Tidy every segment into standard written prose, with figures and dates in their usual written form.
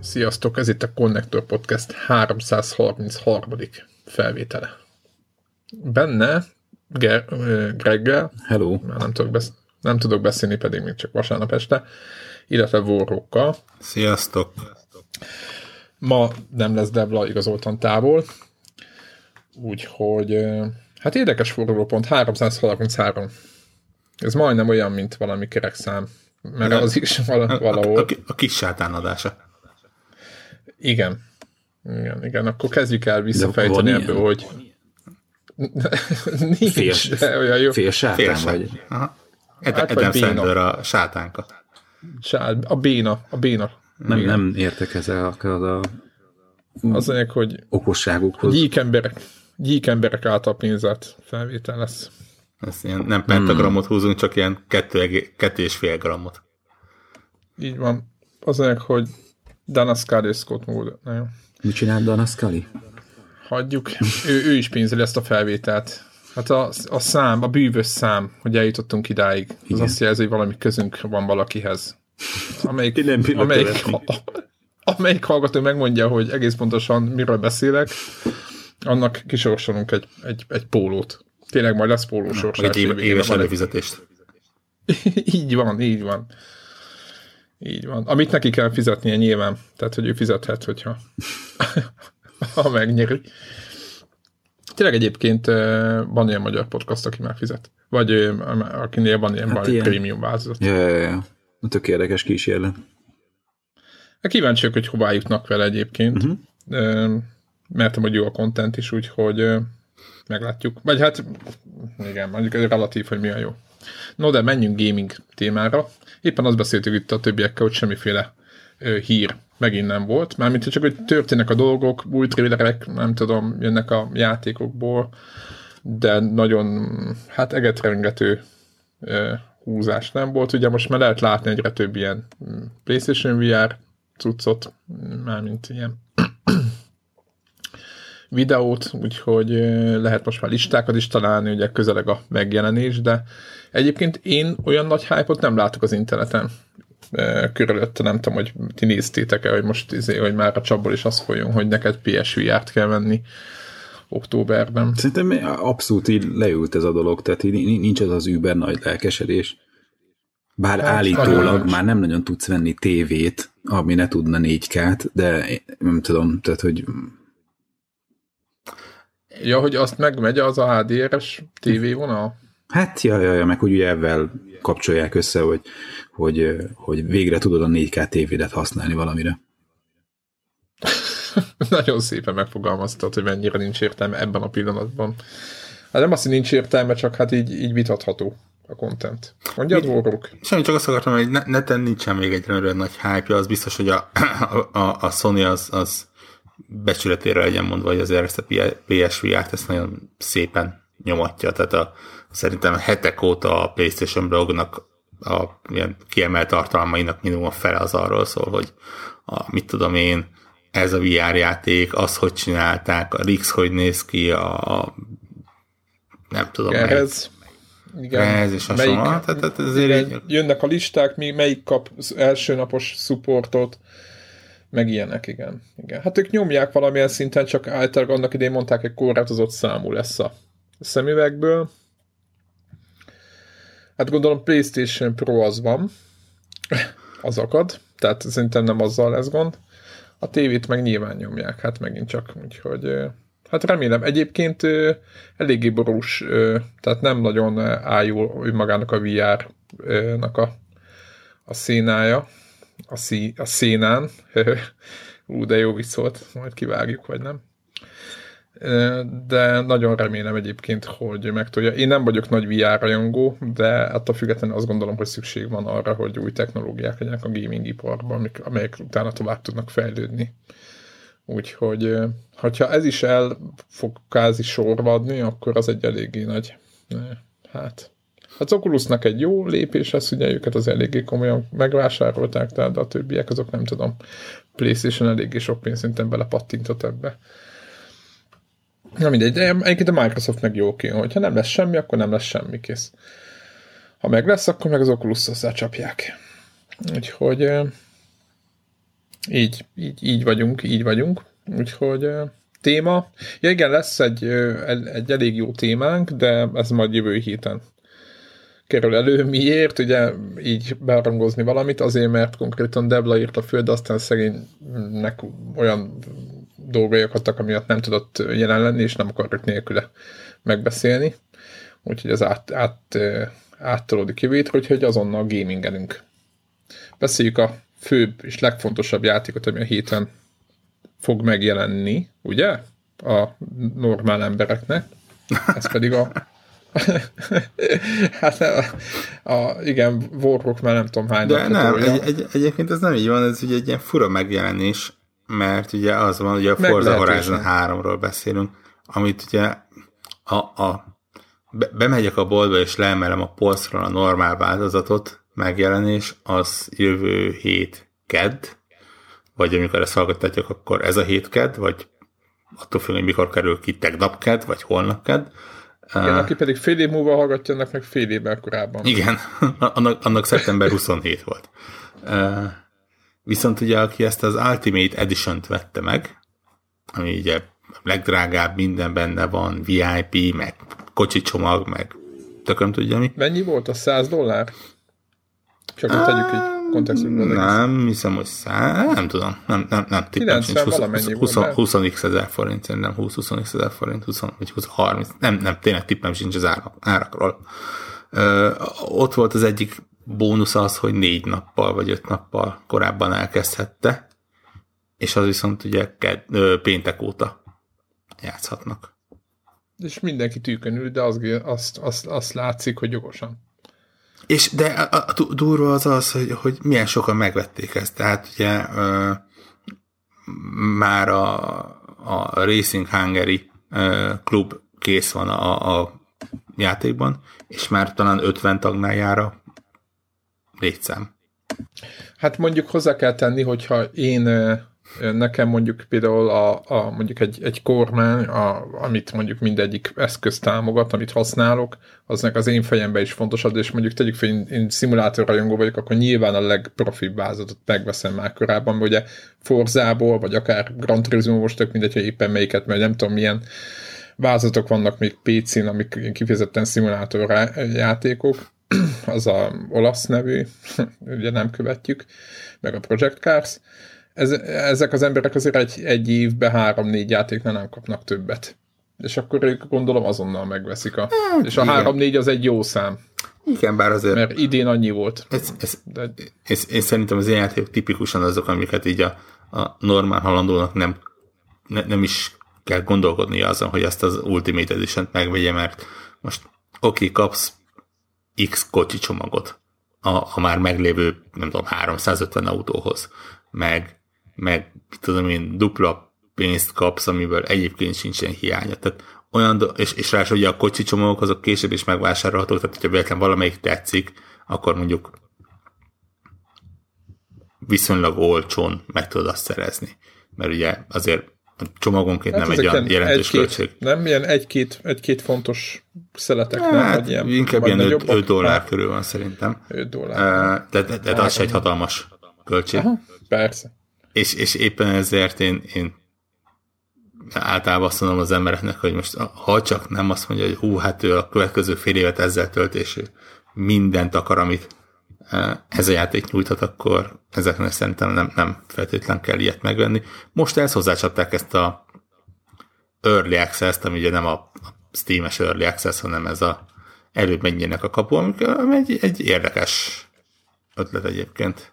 Sziasztok, ez itt a Connector Podcast 333. felvétele. Benne Greggel, hello. már nem tudok beszélni, pedig még csak vasárnap este, illetve Vorrókkal. Sziasztok! Ma nem lesz Devla, igazoltan távol, úgyhogy hát érdekes fordulópont, 333. Ez majdnem olyan, mint valami kerekszám, mert az is valahol. A kis sátánadása. Igen, akkor kezdjük el visszafejteni ebből, hogy nincs, de olyan jó. Fél sátán vagy. Adam Sandler a sátánka. A béna. Nem értek ezzel a az mondják, hogy okosságukhoz. Gyík emberek által pénzelt felvétel lesz. Ezt ilyen nem pentagramot húzunk, csak ilyen 2,5 grammot. Így van. Az mondják, hogy Dana Scully és Scott Moore. Mit csinált Dana Scully? Hagyjuk. Ő is pénzeli ezt a felvételt. Hát a szám, a bűvös szám, hogy eljutottunk idáig, az azt jelzi, hogy valami közünk van valakihez. Amelyik hallgató megmondja, hogy egész pontosan miről beszélek, annak kisorsolunk egy pólót. Tényleg majd lesz pólósorsás. Egy éves előfizetést. Így van. Amit neki kell fizetnie nyilván. Tehát, hogy ő fizethet, hogyha ha megnyeri. Tényleg egyébként van ilyen magyar podcast, aki már fizet. Vagy akinél van ilyen prémium változat. Ja. Tök érdekes kísérlet. Kíváncsiak, hogy hová jutnak vele egyébként. Mertem, hogy jó a content is, úgyhogy meglátjuk. Vagy hát, igen, mondjuk ez relatív, hogy mi a jó. No, de menjünk gaming témára. Éppen azt beszéltük itt a többiekkel, hogy semmiféle hír megint nem volt. Mármint, hogy csak hogy történnek a dolgok, új trailerek, nem tudom, jönnek a játékokból, de nagyon, hát egetrengető húzás nem volt. Ugye most már lehet látni egyre több ilyen PlayStation VR cuccot, mármint ilyen videót, úgyhogy lehet most már listákat is találni, ugye közeleg a megjelenés, de egyébként én olyan nagy hype-ot nem látok az interneten körülötte, nem tudom, hogy ti néztétek-e, hogy most hogy már a csapból is az folyjon, hogy neked PSVR-t kell venni októberben. Szerintem abszolút így leült ez a dolog, tehát így nincs az über nagy lelkesedés. Bár hát, állítólag már nem nagyon tudsz venni tévét, ami ne tudna 4K-t, de nem tudom, tehát hogy... Ja, hogy azt megmegy az a HDR-es tévévonal? Hát, ja, meg hogy ugye ebben kapcsolják össze, hogy végre tudod a 4K tévédet használni valamire. Nagyon szépen megfogalmaztad, hogy mennyire nincs értelme ebben a pillanatban. Hát nem azt, hogy nincs értelme, csak hát így vitatható a content. Mondjad, Vorrók? Semmi, csak azt akartam, hogy neten nincsen még egy olyan nagy hype-ja, az biztos, hogy a Sony az becsületére legyen mondva, hogy azért ezt a PSVR-t ezt nagyon szépen nyomatja, tehát szerintem hetek óta a PlayStation blognak a ilyen kiemelt tartalmainak minimum a fele az arról szól, hogy mit tudom én, ez a VR játék, az hogy csinálták, a Rix hogy néz ki, nem tudom, ez és hasonló. Tehát ezért jönnek a listák, melyik kap első napos supportot, meg ilyenek, igen. Hát ők nyomják valamilyen szinten, csak általában annak idején mondták, hogy korlátozott számú lesz a szemüvegből. Hát gondolom PlayStation Pro az van, az akad, tehát szerintem nem azzal lesz gond. A tévét meg nyilván nyomják, hát megint csak, úgyhogy hát remélem. Egyébként eléggé borús, tehát nem nagyon ájul magának a VR-nak a szénája, a szénán. De jó vicc volt, majd kivágjuk, vagy nem. De nagyon remélem egyébként, hogy megtudja. Én nem vagyok nagy VR rajongó, de attól függetlenül azt gondolom, hogy szükség van arra, hogy új technológiák legyenek a gaming iparban, amelyek utána tovább tudnak fejlődni. Úgyhogy, hogyha ez is el fog kázi sorba adni, akkor az egy eléggé nagy, hát az Oculusnak egy jó lépés lesz, ugye őket az eléggé komolyan megvásárolták, tehát a többiek azok nem tudom, PlayStation eléggé sok pénzt szerintem belepattintott ebbe. Na mindegy, de egyébként a Microsoft meg jó ki, hogyha nem lesz semmi, akkor nem lesz semmi, kész. Ha meg lesz, akkor meg az Oculus-szal csapják. Úgyhogy Így vagyunk. Úgyhogy téma. Ja igen, lesz egy elég jó témánk, de ez majd jövő héten kerül elő. Miért? Ugye így berangozni valamit, azért, mert konkrétan Debla írta föl, de aztán szegénynek olyan dolgai akadtak, amiatt nem tudott jelen lenni, és nem akarok nélküle megbeszélni. Úgyhogy ez áttolódik jövő hétre, úgyhogy azonnal gamingelünk. Beszéljük a főbb és legfontosabb játékot, ami a héten fog megjelenni, ugye? A normál embereknek. Ez pedig igen, Warhawk már nem tudom hány de nem, egyébként ez nem így van, ez ugye egy ilyen fura megjelenés, mert ugye az van, ugye a Forza Horizon 3-ról beszélünk, amit ugye bemegyek a boltba és leemelem a polcról a normál változatot, megjelenés, az jövő hét kedd, vagy amikor ezt hallgattatjuk, akkor ez a hét kedd, vagy attól függ, hogy mikor kerül ki, tegnap kedd, vagy holnap kedd. Igen, aki pedig fél év múlva hallgatja, annak meg fél évvel korábban. Igen, annak szeptember 27 volt. Viszont ugye, aki ezt az Ultimate Edition-t vette meg, ami ugye legdrágább, minden benne van, VIP, meg kocsicsomag, meg tököm tudja mi. Mennyi volt? A $100? Csak hogy tegyük így kontextusban. Nem, hiszem, hogy 100, nem tudom, nem tippem sincs, 20x ezer forint, szerintem 20x ezer forint, 20 vagy 20-30, nem, tényleg tippem sincs az árakról. Ott volt az egyik bónusz az, hogy 4 nappal vagy 5 nappal korábban elkezdhette, és az viszont ugye péntek óta játszhatnak. És mindenki tűkönül, de azt látszik, hogy jogosan. De a durva az, hogy milyen sokan megvették ezt. Tehát ugye már a Racing Hungary klub kész van a játékban, és már talán 50 tagnál jár a létszám. Hát mondjuk hozzá kell tenni, hogyha nekem mondjuk például mondjuk egy kormány, amit mondjuk mindegyik eszköz támogat, amit használok, aznak az én fejemben is fontosabb, és mondjuk tegyük fel, én szimulátorrajongó vagyok, akkor nyilván a legprofibb vázatot megveszem már korábban, ugye Forzából, vagy akár Gran Turismo, most tök mindegy, hogy éppen melyiket, mert nem tudom milyen vázatok vannak még PC-n, amik kifejezetten szimulátor játékok, az a olasz nevű, ugye nem követjük, meg a Project Cars. Ezek az emberek azért egy évben 3-4 játéknál nem kapnak többet. És akkor ők gondolom azonnal megveszik. És a 3-4 az egy jó szám. Igen, bár azért... Mert idén annyi volt. Én szerintem az ilyen játékok tipikusan azok, amiket így a normál halandónak nem is kell gondolkodnia azon, hogy ezt az Ultimate Edition-t megvegye, mert most kapsz X kocsi csomagot a már meglévő, nem tudom, 350 autóhoz, meg tudom én, dupla pénzt kapsz, amiből egyébként sincsen hiánya. Tehát olyan, és ráadásul ugye a kocsi csomagok azok később is megvásárolhatók, tehát hogyha véletlen valamelyik tetszik, akkor mondjuk viszonylag olcsón meg tudod azt szerezni. Mert ugye azért a csomagonként hát nem egy olyan jelentős költség. Nem ilyen egy-két fontos szeletek, hát, nem? Vagy ilyen, inkább ilyen $5 körül van szerintem. $5. De az se egy hatalmas költség. Aha, persze. És éppen ezért én általában azt mondom az embereknek, hogy most ha csak nem azt mondja, hogy hát ő a következő fél évet ezzel tölt, és ő mindent akar, amit ez a játék nyújthat, akkor ezeknek szerintem nem feltétlenül kell ilyet megvenni. Most ezt hozzácsapták ezt a Early Access-t, ami ugye nem a Steam-es Early Access, hanem ez a előbb menjenek a kapu, ami egy érdekes ötlet egyébként.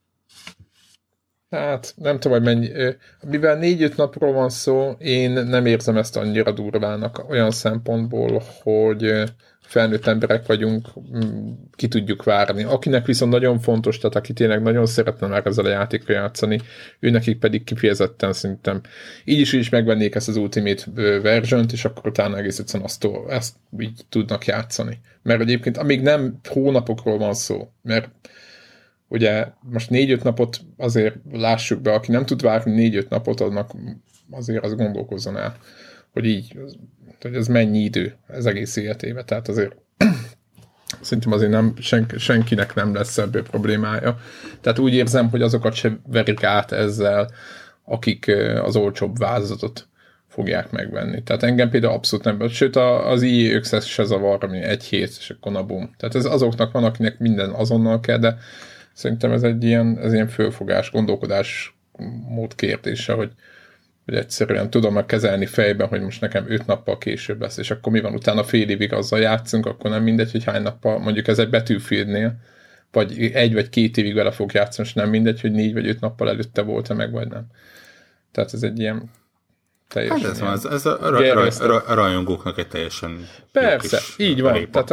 Hát nem tudom, hogy mennyi. Mivel 4-5 napról van szó, én nem érzem ezt annyira durvának olyan szempontból, hogy felnőtt emberek vagyunk, ki tudjuk várni. Akinek viszont nagyon fontos, tehát aki tényleg nagyon szeretne már ezzel a játékra játszani, őnekik pedig kifejezetten szerintem így is megvennék ezt az Ultimate version-t, és akkor utána egész egyszerűen ezt így tudnak játszani. Mert egyébként amíg nem hónapokról van szó, mert ugye most 4-5 napot azért lássuk be, aki nem tud várni 4-5 napot, annak azért az gondolkozzon el, hogy így, hogy ez mennyi idő ez egész életében. Tehát azért Szerintem azért senkinek nem lesz ebből problémája. Tehát úgy érzem, hogy azokat se verik át ezzel, akik az olcsóbb változatot fogják megvenni. Tehát engem például abszolút nem. Sőt, az EA Access se zavar, ami 1 hét, és akkor na bum. Tehát ez azoknak van, akinek minden azonnal kell, de szerintem ez ilyen fölfogás, gondolkodás mód kérdése, hogy egyszerűen tudom meg kezelni fejben, hogy most nekem 5 nappal később lesz, és akkor mi van, utána fél évig azzal játszunk, akkor nem mindegy, hogy hány nappal, mondjuk ez egy Battlefieldnél, vagy 1 vagy 2 évig vele fog játszani, és nem mindegy, hogy 4 vagy 5 nappal előtte volt-e meg, vagy nem. Tehát ez egy ilyen teljesen hát ez a rajongóknak egy teljesen persze, így van. Tehát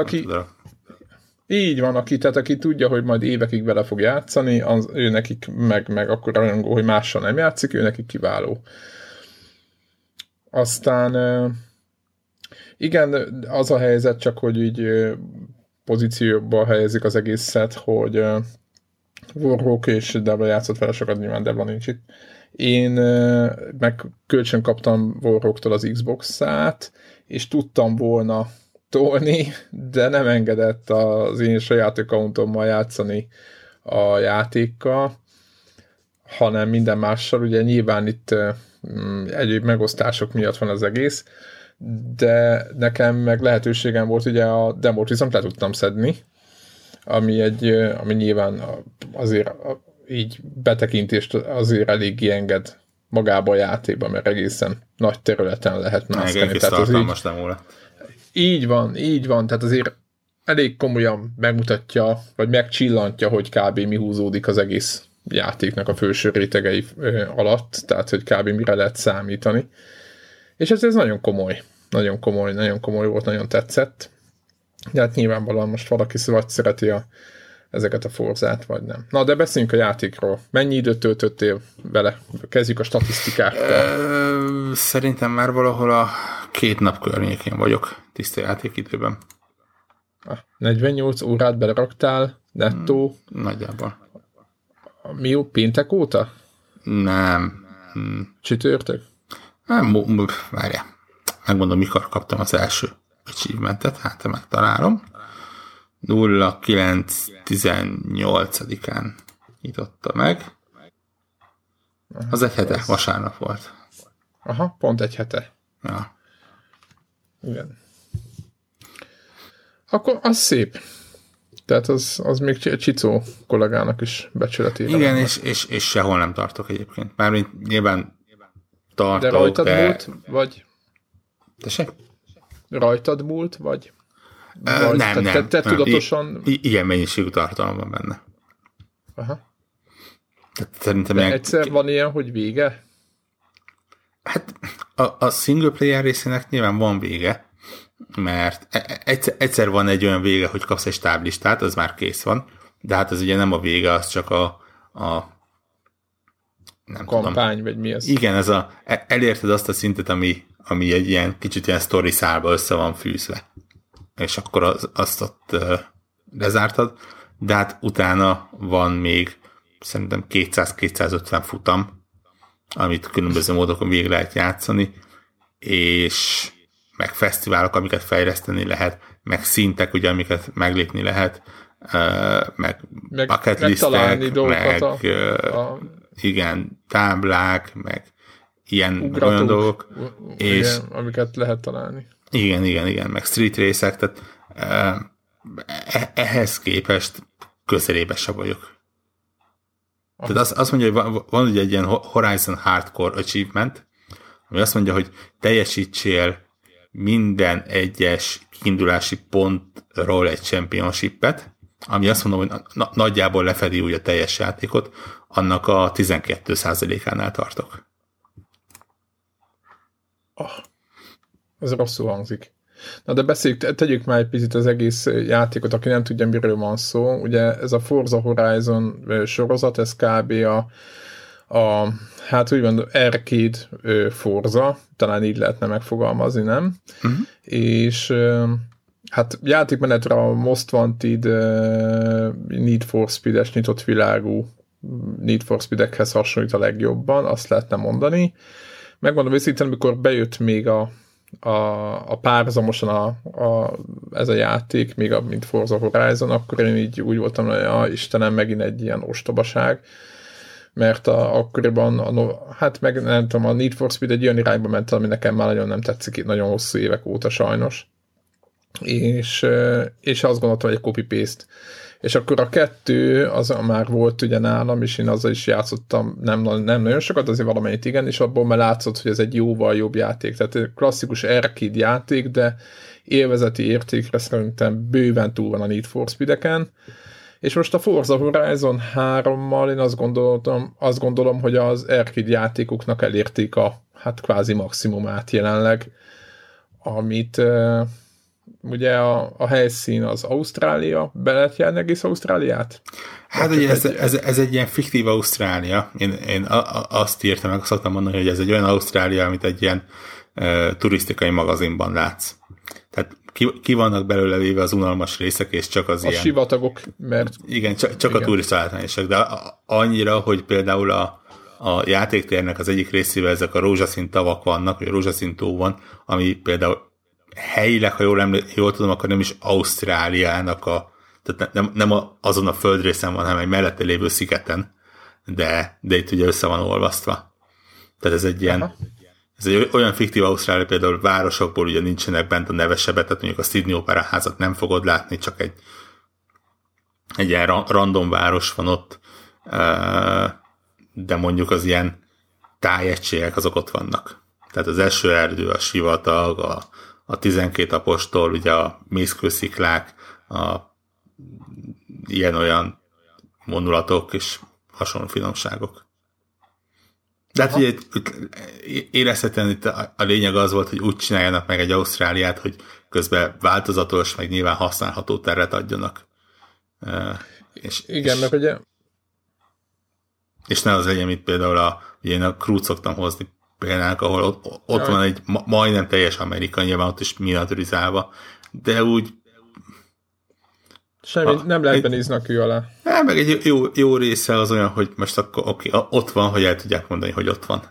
aki tudja, hogy majd évekig vele fog játszani, ő nekik meg akkor rajongó, hogy mással nem játszik, ő nekik kiváló. Aztán igen, az a helyzet csak, hogy így pozícióba helyezik az egészet, hogy Warhawk és Devla játszott vele sokat, nyilván Devla nincs itt. Én meg kölcsön kaptam Warhawktól az Xbox-át, és tudtam volna tolni, de nem engedett az én saját accountommal játszani a játékkal, hanem minden mással. Ugye nyilván itt egyéb megosztások miatt van az egész, de nekem meg lehetőségem volt, ugye a demót viszont le tudtam szedni, ami nyilván azért így betekintést azért eléggé enged magába a játékba, mert egészen nagy területen lehet mászkálni. Így van, tehát azért elég komolyan megmutatja, vagy megcsillantja, hogy kb. Mi húzódik az egész játéknak a felső rétegei alatt, tehát hogy kb. Mire lehet számítani. És ez nagyon komoly volt, nagyon tetszett. De hát nyilvánvalóan most valaki vagy szereti ezeket a Forzát, vagy nem. Na, de beszéljünk a játékról. Mennyi időt töltöttél vele? Kezdjük a statisztikákkal. Szerintem már valahol a 2 nap környékén vagyok tiszta játékidőben. 48 órát beleraktál nettó? Nagyjából. Mi jó, péntek óta? Nem. Csütörtök? Nem, várjál. Megmondom, mikor kaptam az első achievementet, hát megtalálom. 09/18-án nyitotta meg. Az egy hete, vasárnap volt. Aha, pont egy hete. Ja. Igen. Akkor az szép. Tehát az még Csicó kollégának is becsületére. Igen, és sehol nem tartok egyébként. Mármint nyilván tartok, de rajtad múlt, vagy? Tessék? Rajtad múlt, vagy? Nem. Te tudatosan... Igen mennyiségű tartalom van benne. Aha. Tehát szerintem egyszer van ilyen, hogy vége? Hát a single player részének nyilván van vége, mert egyszer van egy olyan vége, hogy kapsz egy stáblistát, az már kész van, de hát az ugye nem a vége, az csak nem kampány, tudom. vagy mi az? Igen, elérted azt a szintet, ami egy ilyen kicsit ilyen sztori szálba össze van fűzve. És akkor azt ott lezártad, de hát utána van még szerintem 200-250 futam, amit különböző módokon végig lehet játszani, és meg fesztiválok, amiket fejleszteni lehet, meg szintek, ugye, amiket meglépni lehet, meg bucket listek, meg igen, táblák, meg ilyen olyan dolgok. És amiket lehet találni. Igen, meg street race-ek, tehát ehhez képest közelébe se vagyok. Tehát azt mondja, hogy van ugye egy ilyen Horizon Hardcore Achievement, ami azt mondja, hogy teljesítsél minden egyes kiindulási pontról egy championship-et, ami azt mondom, hogy nagyjából lefedi úgy a teljes játékot, annak a 12%-ánál tartok. Ez rosszul hangzik. Na de tegyük már egy picit az egész játékot, aki nem tudja, miről van szó. Ugye ez a Forza Horizon sorozat, ez kb. Hát úgy mondom, arcade Forza, talán így lehetne megfogalmazni, nem? Uh-huh. És hát játékmenetre a Most Wanted Need for Speed-es nyitott világú Need for Speed-ekhez hasonlít a legjobban, azt lehetne mondani. Megmondom őszintén, amikor bejött még a a párhuzamosan ez a játék, még mint Forza Horizon, akkor én így úgy voltam, hogy Istenem, megint egy ilyen ostobaság, mert akkoriban, hát meg nem tudom, a Need for Speed egy olyan irányba ment, ami nekem már nagyon nem tetszik, nagyon hosszú évek óta sajnos. És azt gondoltam, hogy egy copy-paste. És akkor a 2 az már volt ugye nálam, és én azzal is játszottam nem nagyon sokat, azért valamennyit igen, és abból már látszott, hogy ez egy jóval jobb játék. Tehát klasszikus arcade játék, de élvezeti értékre szerintem bőven túl van a Need for Speed-eken. És most a Forza Horizon 3-mal én azt gondolom, hogy az arcade játékoknak elérték a hát kvázi maximumát jelenleg, amit ugye a helyszín az Ausztrália, be lehet járni egész Ausztráliát? Hát ugye ez egy ilyen fiktív Ausztrália. Én azt írtam, meg szoktam mondani, hogy ez egy olyan Ausztrália, amit egy ilyen turisztikai magazinban látsz. Tehát ki vannak belőle véve az unalmas részek, és csak az ilyen... A sivatagok, mert... Igen, csak a turista látványosok, de annyira, hogy például a játéktérnek az egyik részével ezek a rózsaszín tavak vannak, vagy a rózsaszín tó van, ami például helyileg, ha jól tudom, akkor nem is Ausztráliának tehát nem azon a földrészen van, hanem egy mellette lévő szigeten, de itt ugye össze van olvasztva. Tehát ez egy ilyen, ez egy olyan fiktív Ausztrália, például városokból ugye nincsenek bent a nevesebben, tehát mondjuk a Sydney Opera házat nem fogod látni, csak egy ilyen random város van ott, de mondjuk az ilyen tájegységek azok ott vannak. Tehát az esőerdő, a sivatag, a 12 apostol, ugye a mészkősziklák, a ilyen-olyan vonulatok és hasonló finomságok. De hát ugye érezhetően itt a lényeg az volt, hogy úgy csináljanak meg egy Ausztráliát, hogy közben változatos, meg nyilván használható teret adjanak. Igen, mert ugye... És ne az legyen, mint például ugye én a Crew-t szoktam hozni például, ahol ott van egy majdnem teljes Amerika, nyilván ott is miniaturizálva, de úgy semmi, nem lehet benézni a kő alá. Meg egy jó része az olyan, hogy most akkor oké, ott van, hogy el tudják mondani, hogy ott van.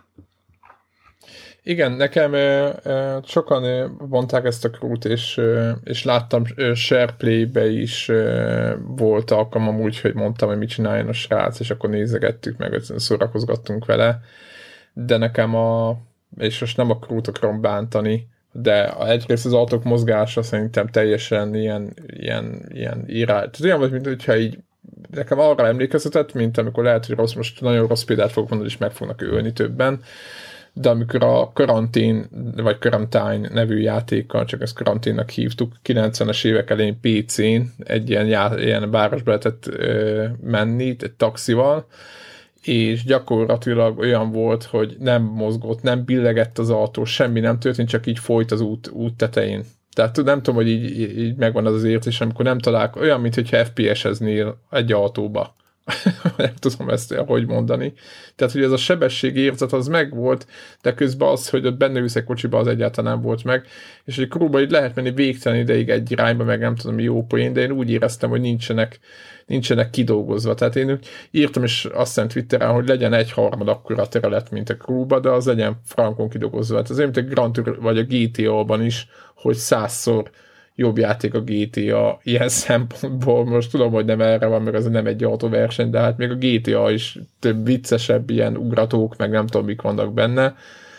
Igen, sokan mondták ezt a Crew-t, és láttam SharePlay-be is volt alkalmam úgy, hogy mondtam, hogy mit csináljon a srác, és akkor nézegettük meg, szórakozgattunk vele, de nekem és most nem a Crew-t akarom bántani, de egyrészt az autók mozgása szerintem teljesen ilyen irány. Tehát olyan volt, mint hogyha így nekem arra emlékeztetett, mint amikor lehet, hogy most nagyon rossz példát fogok mondani, és meg fognak ölni többen, de amikor a Quarantine nevű játékkal, csak ezt Quarantine-nak hívtuk, 90-es évek elején PC-n egy ilyen városba lehetett menni, egy taxival, és gyakorlatilag olyan volt, hogy nem mozgott, nem billegett az autó, semmi nem történt, csak így folyt az út tetején. Tehát nem tudom, hogy így megvan az érzés, amikor nem találkozol, olyan, mintha FPS-eznél egy autóba. Nem tudom ezt hogy mondani. Tehát, hogy ez a sebességérzet az megvolt, de közben az, hogy ott benne ülsz egy kocsiba, az egyáltalán nem volt meg. És egy Crew-ba így lehet menni végtelen ideig egy irányba, meg nem tudom, jó poén, de én úgy éreztem, hogy nincsenek kidolgozva. Tehát én írtam is azt hiszem Twitteren, hogy legyen 1/3 akkora terület, mint a Crew-ba, de az legyen frankon kidolgozva. Tehát azért, mint a Grand Tour vagy a GTA-ban is, hogy 100-szor jobb játék a GTA ilyen szempontból. Most tudom, hogy nem erre van, meg az nem egy autóverseny, de hát még a GTA is több viccesebb ilyen ugratók, meg nem tudom, mik vannak benne,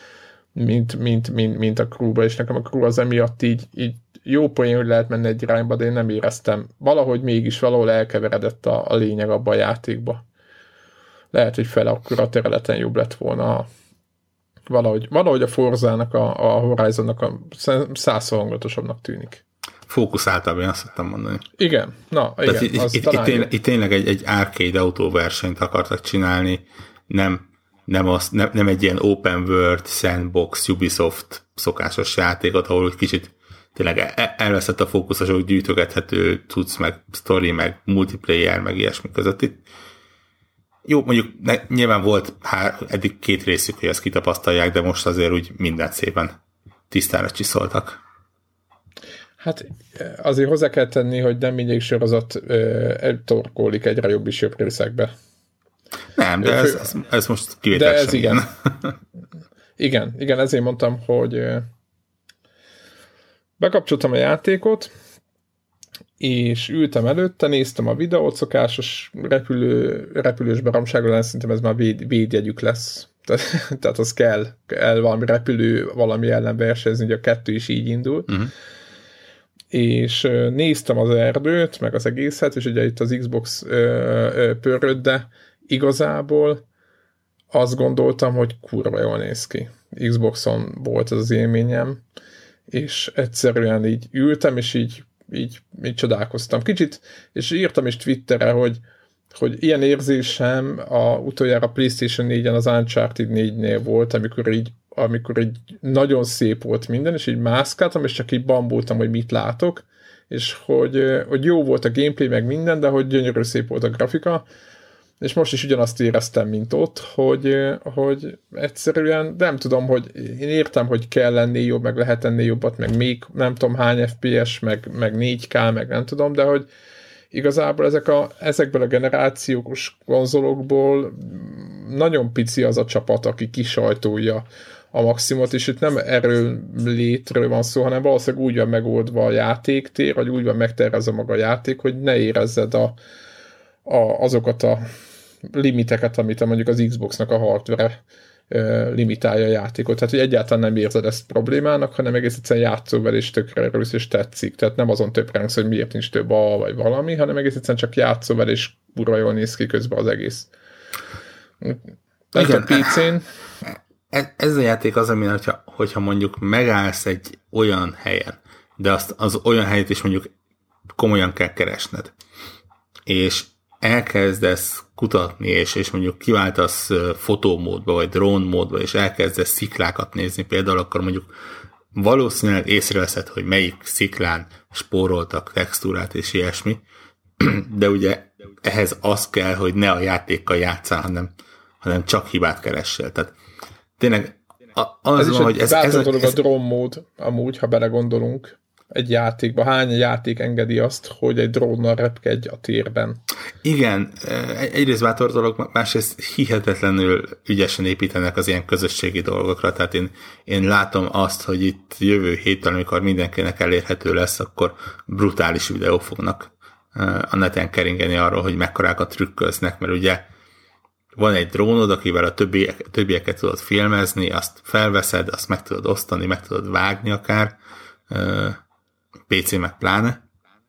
mint a Crew-ba, és nekem a Crew az emiatt így jó poén, hogy lehet menni egy irányba, de én nem éreztem. Valahogy mégis valahol elkeveredett a lényeg abba a játékba. Lehet, hogy fele akkor a területen jobb lett volna. Valahogy a Forzának, a Horizonnak a 100-szor hangulatosabbnak tűnik. Fókuszáltabb, én azt szoktam mondani. Igen, igen. Itt tényleg egy arcade autóversenyt akartak csinálni, nem egy ilyen open world, sandbox, Ubisoft szokásos játékot, ahol egy kicsit tényleg elveszett a fókusz a sok gyűjtögethető cucc, meg story, meg multiplayer, meg ilyesmi között. Itt jó, mondjuk nyilván volt eddig 2 részük, hogy ezt kitapasztalják, de most azért úgy mindent szépen tisztára csiszoltak. Hát azért hozzá kell tenni, hogy nem mindig sorozat torkólik egyre jobb és jobb részekbe. Nem, de ez most kivétel sem. Igen, ezért mondtam, hogy Bekapcsoltam a játékot, és ültem előtte, néztem a videót, szokásos repülős baromságról, szerintem ez már védjegyük lesz. Tehát az kell valami repülő, valami ellen versenyezni, hogy a 2 is így indul. És néztem az erdőt, meg az egészet, és ugye itt az Xbox pöröd, de igazából azt gondoltam, hogy kurva jól néz ki. Xboxon volt ez az élményem, és egyszerűen így ültem, és így csodálkoztam. Kicsit, és írtam is Twitterre, hogy ilyen érzésem utoljára PlayStation 4-en az Uncharted 4-nél volt, amikor így nagyon szép volt minden, és így mászkáltam, és csak így bambultam, hogy mit látok, és hogy jó volt a gameplay, meg minden, de hogy gyönyörű szép volt a grafika, és most is ugyanazt éreztem, mint ott, hogy egyszerűen nem tudom, hogy én értem, hogy kell lenni jobb, meg lehet ennél jobbat, meg még nem tudom hány FPS, meg 4K, meg nem tudom, de hogy igazából ezekből a generációs konzolokból nagyon pici az a csapat, aki kisajtolja a maximumot, és itt nem erről létről van szó, hanem valószínűleg úgy van megoldva a játéktér, vagy úgy van megtervezve maga a játék, hogy ne érezzed azokat a limiteket, amit mondjuk az Xboxnak a hardware limitálja a játékot. Tehát, hogy egyáltalán nem érzed ezt problémának, hanem egész egyszerűen játszol és tökre örülsz, és tetszik. Tehát nem azon töprengsz, hogy miért nincs több vagy valami, hanem egész egyszerűen csak játszol és kurva jól néz ki közben az egész. Igen, a PC-n. Ez a játék az, amin, hogyha mondjuk megállsz egy olyan helyen, de az olyan helyet is mondjuk komolyan kell keresned, és elkezdesz kutatni, és mondjuk kiváltasz fotómódba, vagy drónmódba, és elkezdesz sziklákat nézni például, akkor mondjuk valószínűleg észreveszed, hogy melyik sziklán spóroltak textúrát, és ilyesmi, de ugye ehhez az kell, hogy ne a játékkal játszál, hanem csak hibát keressél. Tehát tényleg ez is egy bátor dolog a drónmód, amúgy, ha belegondolunk egy játékba. Hány játék engedi azt, hogy egy drónnal repkedj a térben? Igen, egyrészt bátor dolog, másrészt hihetetlenül ügyesen építenek az ilyen közösségi dolgokra, tehát én látom azt, hogy itt jövő héten, amikor mindenkinek elérhető lesz, akkor brutális videók fognak a neten keringeni arról, hogy mekkorákat trükköznek, mert ugye van egy drónod, akivel a többieket tudod filmezni, azt felveszed, azt meg tudod osztani, meg tudod vágni akár, PC meg pláne.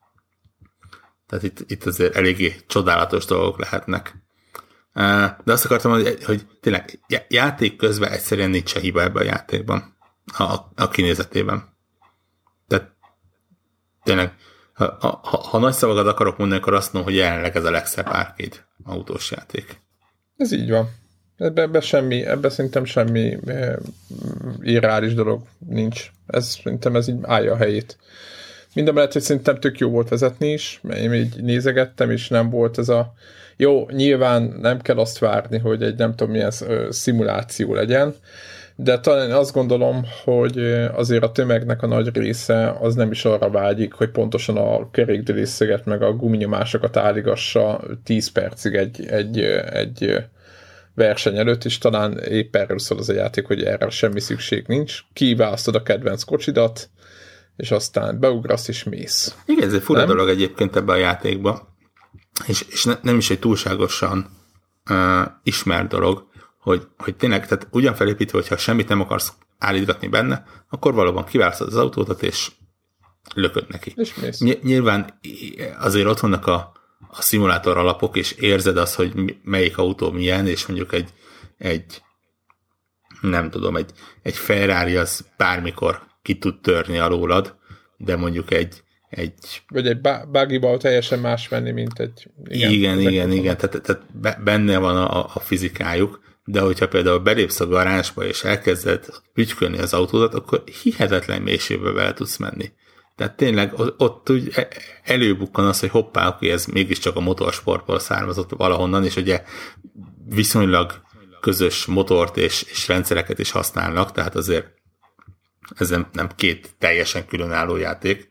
Tehát itt azért eléggé csodálatos dolgok lehetnek. De azt akartam mondani, hogy tényleg játék közben egyszerűen nincs se hiba ebben a játékban, a kinézetében. Tehát tényleg, ha nagy szavakat akarok mondani, akkor azt mondom, hogy jelenleg ez a legszebb arcade autós játék. Ez így van. Ebben szerintem semmi irreális dolog nincs. Szerintem ez így állja a helyét. Mindemellett, hogy szerintem tök jó volt vezetni is, mert én így nézegettem, és nem volt ez a... Jó, nyilván nem kell azt várni, hogy egy nem tudom milyen szimuláció legyen, de talán azt gondolom, hogy azért a tömegnek a nagy része az nem is arra vágyik, hogy pontosan a kerékdülésszöget meg a guminyomásokat álligassa 10 percig egy verseny előtt, és talán épp erről szól az a játék, hogy erre semmi szükség nincs. Kiválasztod a kedvenc kocsidat, és aztán beugrasz és mész. Igen, ez egy fura dolog egyébként ebben a játékban, és nem is egy túlságosan ismert dolog, hogy tényleg, tehát ugyan felépítve, hogyha semmit nem akarsz állítgatni benne, akkor valóban kiválasztod az autót, és lököd neki. És mész. Nyilván azért ott vannak a szimulátor alapok, és érzed azt, hogy melyik autó milyen, és mondjuk egy nem tudom, egy Ferrari az bármikor ki tud törni alólad, de mondjuk egy vagy egy buggy-ból teljesen más venni, mint egy... Igen. Tehát benne van a fizikájuk, de hogyha például belépsz a garázsba, és elkezded ügykölni az autódat, akkor hihetetlen mélységbe bele tudsz menni. Tehát tényleg ott úgy előbukkan az, hogy hoppá, oké, ez mégiscsak a motorsportból származott valahonnan, és ugye viszonylag közös motort és rendszereket is használnak, tehát azért ez nem két teljesen különálló játék,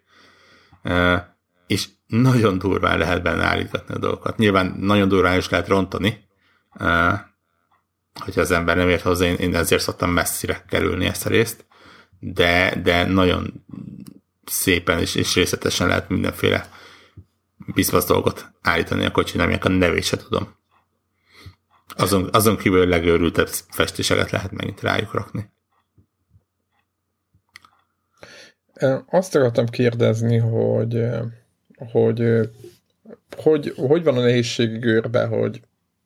és nagyon durván lehet benne állítgatni a dolgokat. Nyilván nagyon durván is lehet rontani, hogyha az ember nem ért hozzá, én ezért szoktam messzire kerülni ezt a részt, de nagyon szépen és részletesen lehet mindenféle bizbasz dolgot állítani a kocsin, aminek a nevét se tudom. Azon kívül legőrültebb festéseket lehet megint rájuk rakni. Azt akartam kérdezni, hogy van a nehézségi görbe, hogy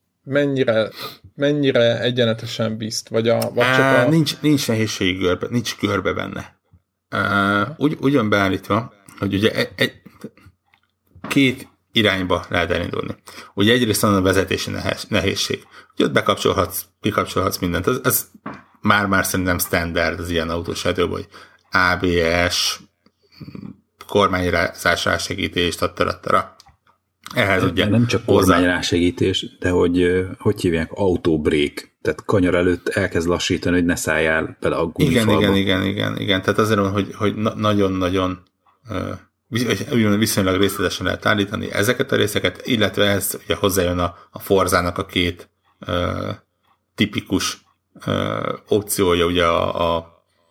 mennyire egyenletesen bizt, vagy csak nincs nehézségi görbe, nincs görbe benne. Úgy van beállítva, hogy ugye két irányba lehet elindulni. Ugye egyrészt van a vezetési nehézség. Ugye ott bekapcsolhatsz, kikapcsolhatsz mindent. Ez már szerintem standard az ilyen autós erdőben, hogy ABS, kormányzás rásegítés, tattara. Ehhez ugye nem csak kormányrásegítés, de hogy hívják, autobrék. Tehát kanyar előtt elkezd lassítani, hogy ne szálljál bele a gumifalba. Igen. Tehát azért van, hogy nagyon-nagyon viszonylag részletesen lehet állítani ezeket a részeket, illetve ehhez ugye hozzájön a Forzának a két tipikus opciója, ugye a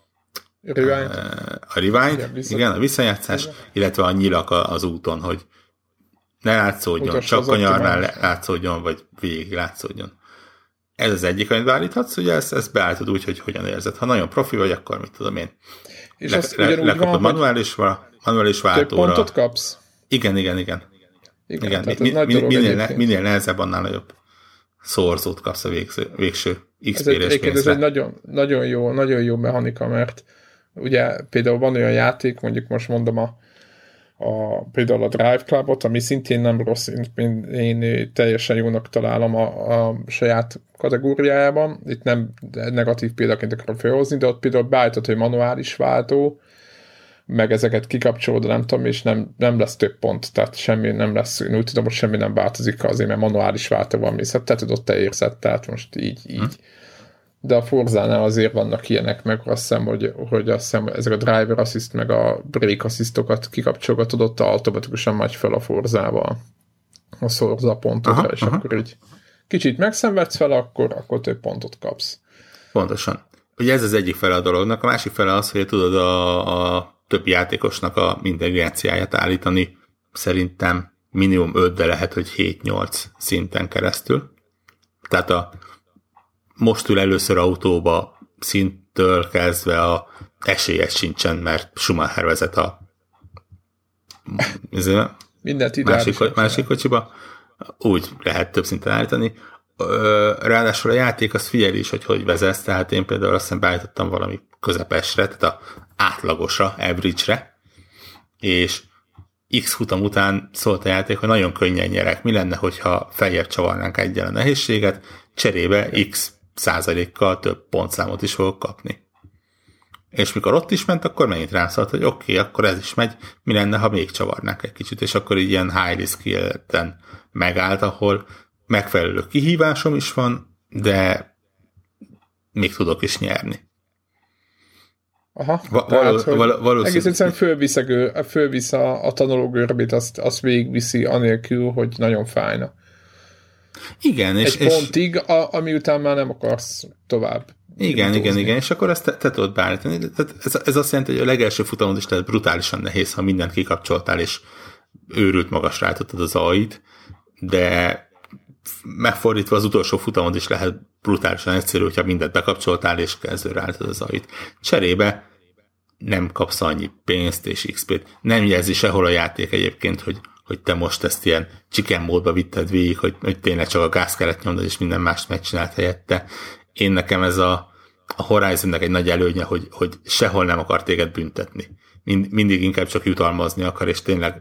Rewind, igen, a visszajátszás, illetve a nyilak az úton, hogy ne látszódjon, csak kanyarnál látszódjon, vagy végig látszódjon. Ez az egyik, amit beállíthatsz, ugye ezt beállítod úgy, hogy hogyan érzed. Ha nagyon profi vagy, akkor mit tudom én. És lekapod manuális váltóra. Több pontot kapsz? Igen. Minél nehezebb, annál nagyobb szorzót kapsz a végső XP-s pénzre. Ez egy nagyon jó mechanika, mert ugye például van olyan játék, mondjuk most mondom például a Drive Clubot, ami szintén nem rossz, én teljesen jónak találom a saját kategóriájában. Itt nem negatív példaként akarom felhozni, de ott például beállított, hogy manuális váltó, meg ezeket kikapcsolod, nem tudom, és nem lesz több pont, tehát semmi nem lesz, én úgy tudom, hogy semmi nem változik azért, mert manuális váltó van, mész, tehát tudod, te érzed, tehát most így. De a Forzánál azért vannak ilyenek, meg azt hiszem, ezek a driver assist, meg a brake assistokat kikapcsolgatod, ott automatikusan megy fel a Forzával a szorza pontokra, és akkor így kicsit megszenvedsz fel, akkor több pontot kapsz. Pontosan. Ugye ez az egyik fele a dolognak, a másik fele az, hogy tudod a többi játékosnak a integráciáját állítani, szerintem minimum 5, de lehet, hogy 7-8 szinten keresztül. Tehát most ül először autóba szinttől kezdve a esélyes sincsen, mert Schumacher vezet a másik kocsiba. Úgy lehet több szinten állítani. Ráadásul a játék azt figyeli is, hogy vezetsz, tehát én például azt hiszem beállítottam valami közepesre, tehát a átlagosra, average-re, és X futam után szólt a játék, hogy nagyon könnyen nyerek. Mi lenne, hogyha feljebb csavarnánk egyen a nehézséget, cserébe X százalékkal több pontszámot is fogok kapni. És mikor ott is ment, akkor megint rám szólt, hogy oké, akkor ez is megy, mi lenne, ha még csavarnánk egy kicsit, és akkor így ilyen high risk-en megállt, ahol megfelelő kihívásom is van, de még tudok is nyerni. Aha, valószínűleg. Egész egyszerűen fölvisz a tanulógörbét, azt végigviszi anélkül, hogy nagyon fájna. Igen. Egy pontig, ami után már nem akarsz tovább. Igen, és akkor ezt te tudod beállítani. Ez azt jelenti, hogy a legelső futamon is lehet brutálisan nehéz, ha mindent kikapcsoltál, és őrült magasra állítottad az AI-t, de megfordítva az utolsó futamon is lehet brutálisan egyszerű, hogyha mindent bekapcsoltál, és kezdőre állítod az AI-t. Cserébe nem kapsz annyi pénzt és XP-t. Nem jelzi sehol a játék egyébként, hogy te most ezt ilyen chicken módba vitted végig, hogy tényleg csak a gáz kellett nyomnod, és minden mást megcsinált helyette. Én nekem ez a Horizonnek egy nagy előnye, hogy sehol nem akar téged büntetni. Mindig inkább csak jutalmazni akar, és tényleg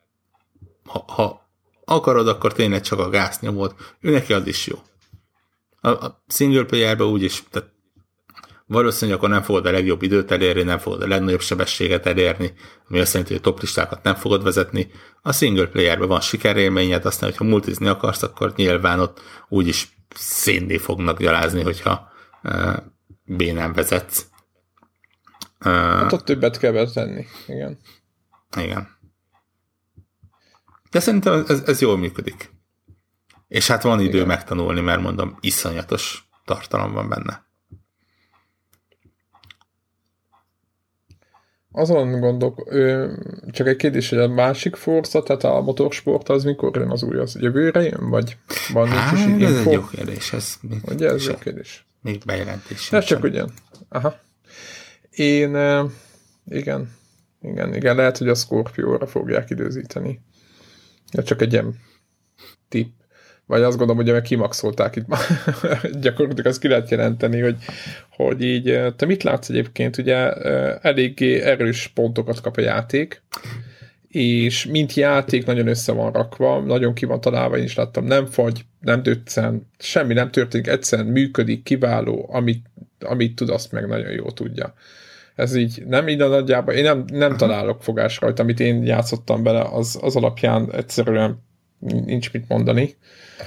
ha akarod, akkor tényleg csak a gáz nyomod. Ő neki az is jó. A single playerben úgyis, tehát valószínűleg akkor nem fogod a legjobb időt elérni, nem fogod a legnagyobb sebességet elérni, ami azt jelenti, hogy a top listákat nem fogod vezetni. A single playerben van sikerélményed, aztán, hogyha multizni akarsz, akkor nyilván ott úgyis szénné fognak gyalázni, hogyha B-nem vezetsz. Hát ott többet kell betenni, igen. Igen. De szerintem ez jól működik. És hát van idő megtanulni, mert mondom, iszonyatos tartalom van benne. azon gondolok, csak egy kérdés, hogy a másik Forza, tehát a motorsport, az mikor jön az új, az jövőre jön, vagy van nincs is info? Ez egy jó kérdés. Ugye, ez jó kérdés. Még bejelentés. Ez csak ugyan. Aha. Én, igen, lehet, hogy a Scorpio-ra fogják időzíteni. Ez csak egy ilyen tipp. Vagy azt gondolom, hogy kimaxolták itt gyakorlatilag azt ki lehet jelenteni, hogy így, te mit látsz egyébként, ugye eléggé erős pontokat kap a játék, és mint játék nagyon össze van rakva, nagyon ki van találva, én is láttam, nem fagy, nem döccen, semmi nem történik, egyszerűen működik, kiváló, amit tud, azt meg nagyon jól tudja. Ez így nem így a nagyjában, én nem találok fogás rajta, amit én játszottam bele, az alapján egyszerűen nincs mit mondani.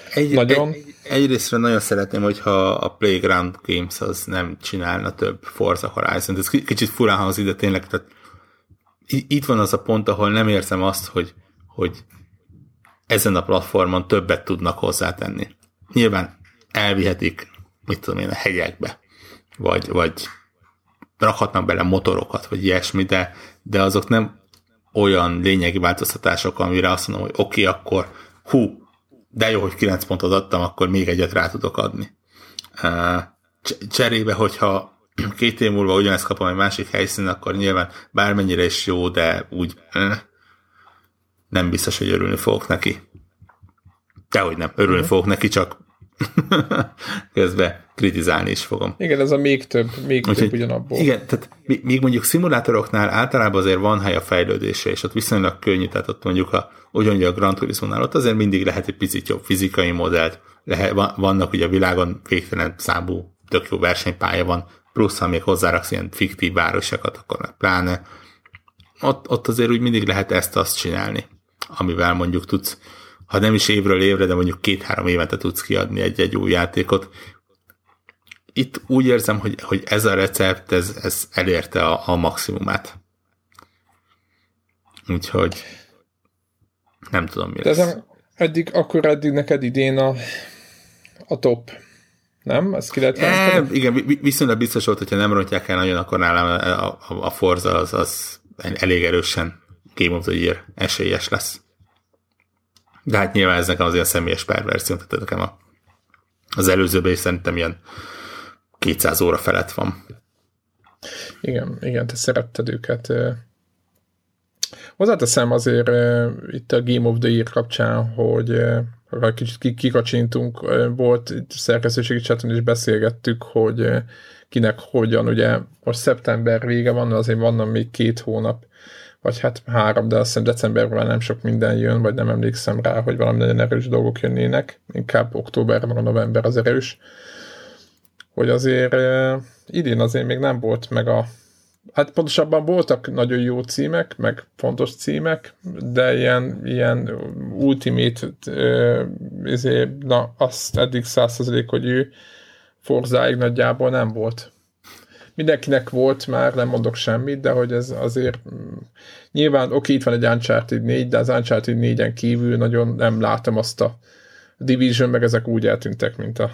Egyrésztről nagyon szeretném, hogyha a Playground Games az nem csinálna több Forza Horizon. Ez kicsit furán hangzik, de tényleg, tehát itt van az a pont, ahol nem érzem azt, hogy ezen a platformon többet tudnak hozzátenni. Nyilván elvihetik, mit tudom én, a hegyekbe, vagy rakhatnak bele motorokat, vagy ilyesmi, de azok nem olyan lényegi változtatások, amire azt mondom, hogy oké, akkor de jó, hogy 9 pontot adtam, akkor még egyet rá tudok adni. Cserébe, hogyha 2 év múlva ugyanezt kapom egy másik helyszínen, akkor nyilván bármennyire is jó, de úgy nem biztos, hogy örülni fogok neki. Dehogy nem, örülni fogok neki, csak közben kritizálni is fogom. Igen, ez a még több ugyanabból. Igen, tehát még mondjuk szimulátoroknál általában azért van hely a fejlődésre, és ott viszonylag könnyű, tehát ott mondjuk ugyanúgy a Gran Turismo-nál ott azért mindig lehet egy picit jobb fizikai modellt, vannak ugye a világon végtelen számú tök jó versenypálya van, plusz ha még hozzáraksz ilyen fiktív városokat, akkor meg pláne. Ott azért úgy mindig lehet ezt-azt csinálni, amivel mondjuk tudsz, ha nem is évről évre, de mondjuk 2-3 évente tudsz kiadni egy új játékot. Itt úgy érzem, hogy ez a recept, ez elérte a maximumát. Úgyhogy nem tudom, mi lesz. Eddig neked idén a top, nem? Ezt ki lehet jelenteni? Igen, viszonylag biztos volt, hogyha nem rontják el nagyon, akkor nálam a Forza az elég erősen Game of the Year esélyes lesz. De hát nyilván ez nekem azért a személyes perverzió, tehát nekem az előzőben is szerintem ilyen 200 óra felett van. Igen, te szeretted őket. Hozzáteszem azért itt a Game of the Year kapcsán, hogy kicsit kikacsintunk, volt szerkesztőségi chaton is beszélgettük, hogy kinek hogyan, ugye most szeptember vége van, azért vannak még 2 hónap, vagy hát 3, de azt hiszem decemberben nem sok minden jön, vagy nem emlékszem rá, hogy valami nagyon erős dolgok jönnének, inkább októberben, a november az erős, hogy azért idén azért még nem volt meg hát pontosabban voltak nagyon jó címek, meg fontos címek, de ilyen ultimate azt eddig 100%, hogy ő Forzáig nagyjából nem volt. Mindenkinek volt már, nem mondok semmit, de hogy ez azért nyilván itt van egy Uncharted 4, de az Uncharted 4-en kívül nagyon nem látom azt a Division, meg ezek úgy eltűntek,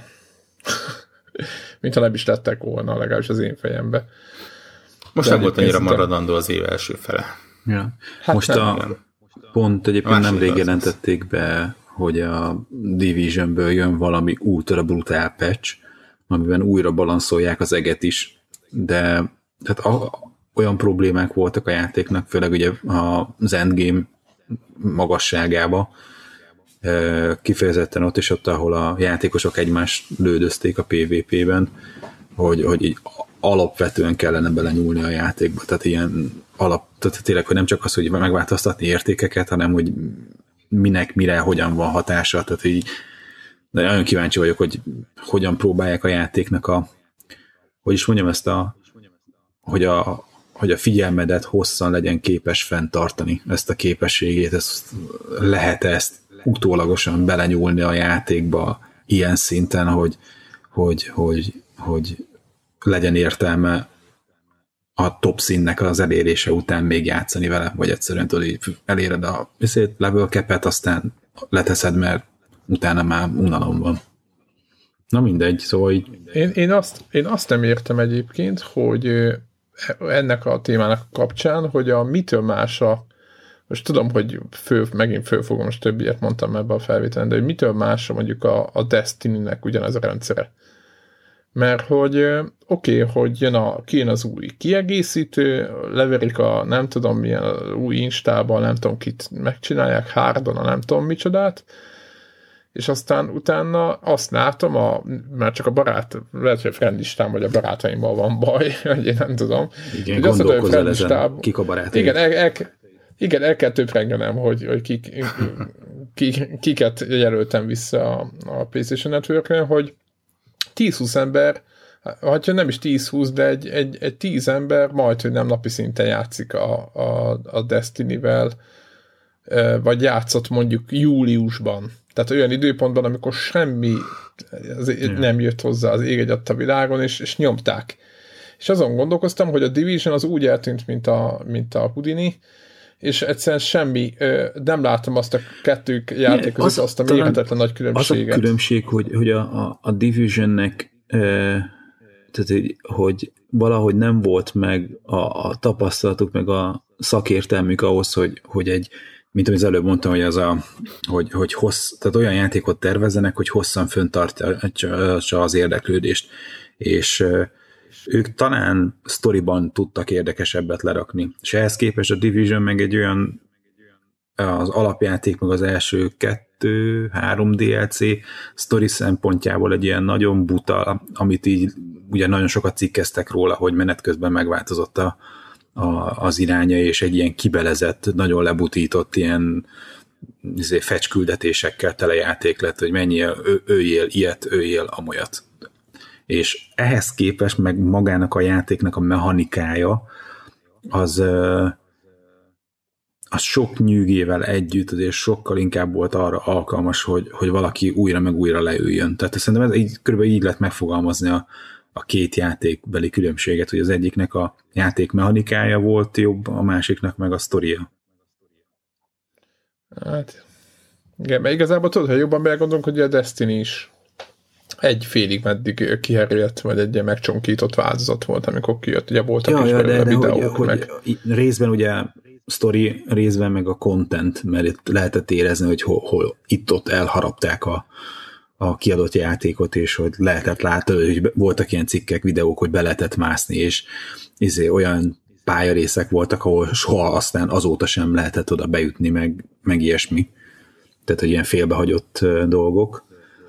mintha nem is lettek volna, legalábbis az én fejembe. Most nem volt annyira maradandó az év első fele. Ja. Hát most pont egyébként nemrég jelentették be, hogy a Divisionből jön valami ultra brutál patch, amiben újra balanszolják az eget is, de tehát olyan problémák voltak a játéknak, főleg ugye az endgame magasságába, kifejezetten ott és ott, ahol a játékosok egymást lődözték a PvP-ben, hogy így alapvetően kellene belenyúlni a játékba, tehát ilyen tehát tényleg, hogy nem csak az, hogy megváltoztatni értékeket, hanem hogy minek, mire, hogyan van hatása, tehát így de nagyon kíváncsi vagyok, hogy hogyan próbálják a játéknak hogy is mondjam ezt hogy a figyelmedet hosszan legyen képes fenntartani ezt a képességét, lehet ezt utólagosan belenyúlni a játékba ilyen szinten, hogy legyen értelme a top színnek az elérése után még játszani vele, vagy egyszerűen eléred a level cap-et, aztán leteszed, mert utána már unalom van. Na mindegy, szóval így... Én azt nem értem egyébként, hogy ennek a témának kapcsán, hogy a mitől más most tudom, hogy megint fölfogom, most többiet mondtam ebbe a felvételen, de hogy mitől más mondjuk a Destiny-nek ugyanaz a rendszere. Mert hogy oké, hogy kijön az új kiegészítő, leverik a nem tudom milyen új Instában, nem tudom kit megcsinálják, Hardon, nem tudom micsodát, és aztán utána azt látom, mert csak a barát, lehet, hogy a friendlistám vagy a barátaimmal van baj, hogy én nem tudom. Igen, gondolkozol ezen, kik a barátaim. Igen, el kell töprengenem, hogy kiket jelöltem vissza a PlayStation Network-en, hogy 10-20 ember, ha nem is 10-20, de egy 10 ember majd, hogy nem napi szinten játszik a Destiny-vel, vagy játszott mondjuk júliusban. Tehát olyan időpontban, amikor semmi nem jött hozzá az ég egyatt világon, és nyomták. És azon gondolkoztam, hogy a Division az úgy eltűnt, mint a Houdini, és egyszerűen semmi, nem látom azt a kettő játék között azt a mérhetetlen nagy különbséget. Az a különbség, hogy a Divisionnek tehát, hogy valahogy nem volt meg a tapasztalatuk, meg a szakértelmük ahhoz, hogy mint amit az előbb mondtam, hogy tehát olyan játékot tervezzenek, hogy hosszan föntartsa az érdeklődést. És ők talán sztoriban tudtak érdekesebbet lerakni. És ehhez képest a Division meg egy olyan az alapjáték, meg az első 2-3 DLC sztori szempontjából egy ilyen nagyon buta, amit így ugye nagyon sokat cikkeztek róla, hogy menet közben megváltozott az iránya, és egy ilyen kibelezett, nagyon lebutított ilyen fecsküldetésekkel tele játék lett, hogy menjél, öljél ilyet, öljél amolyat. És ehhez képest meg magának a játéknak a mechanikája az sok nyűgével együtt azért sokkal inkább volt arra alkalmas, hogy valaki újra meg újra leüljön. Tehát szerintem ez körülbelül így lett megfogalmazni a két játékbeli különbséget, hogy az egyiknek a játék mechanikája volt jobb, a másiknak meg a sztoria. Hát, igen, mert igazából tudod, ha jobban belegondolunk, hogy a Destiny is egy félig meddig kiherült, vagy egy ilyen megcsonkított változat volt, amikor kijött, ugye voltak is belőle videók. Hogy részben ugye sztori, részben meg a content, mert itt lehetett érezni, hogy hol itt-ott elharapták a kiadott játékot, és hogy lehetett látni, hogy voltak ilyen cikkek, videók, hogy be lehetett mászni, és olyan pályarészek voltak, ahol soha aztán azóta sem lehetett oda bejutni, meg ilyesmi. Tehát, hogy ilyen félbehagyott dolgok.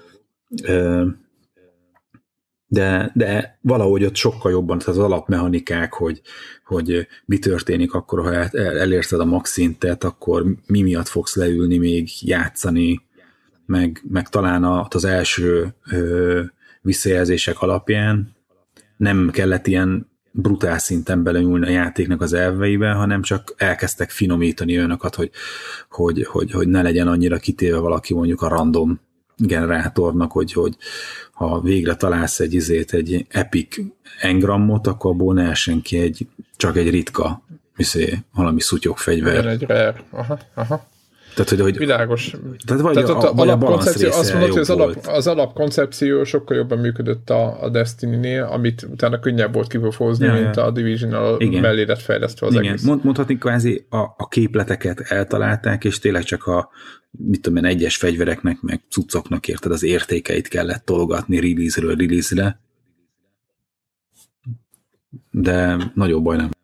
De valahogy ott sokkal jobban az alapmechanikák, hogy mi történik akkor, ha elérted a max szintet, akkor mi miatt fogsz leülni még játszani, meg talán az első visszajelzések alapján nem kellett ilyen brutál szinten belenyúlni a játéknak az elveibe, hanem csak elkezdtek finomítani olyanokat, hogy ne legyen annyira kitéve valaki mondjuk a random generátornak, hogy ha végre találsz egy epic engramot, akkor abból ne essen ki csak egy ritka valami szutyogfegyver. Egy rare. Aha. Tehát, hogy világos. Tehát vagy a balansz része azt mondod, hogy az alapkoncepció sokkal jobban működött a Destiny-nél, amit utána könnyebb volt kifofozni, mint a Division-nal mellé lett fejlesztve az egész. Mondhatni kvázi a képleteket eltalálták, és tényleg csak egyes fegyvereknek, meg cuccoknak érted, az értékeit kellett tologatni release-ről release-re. De nagyobb baj nem.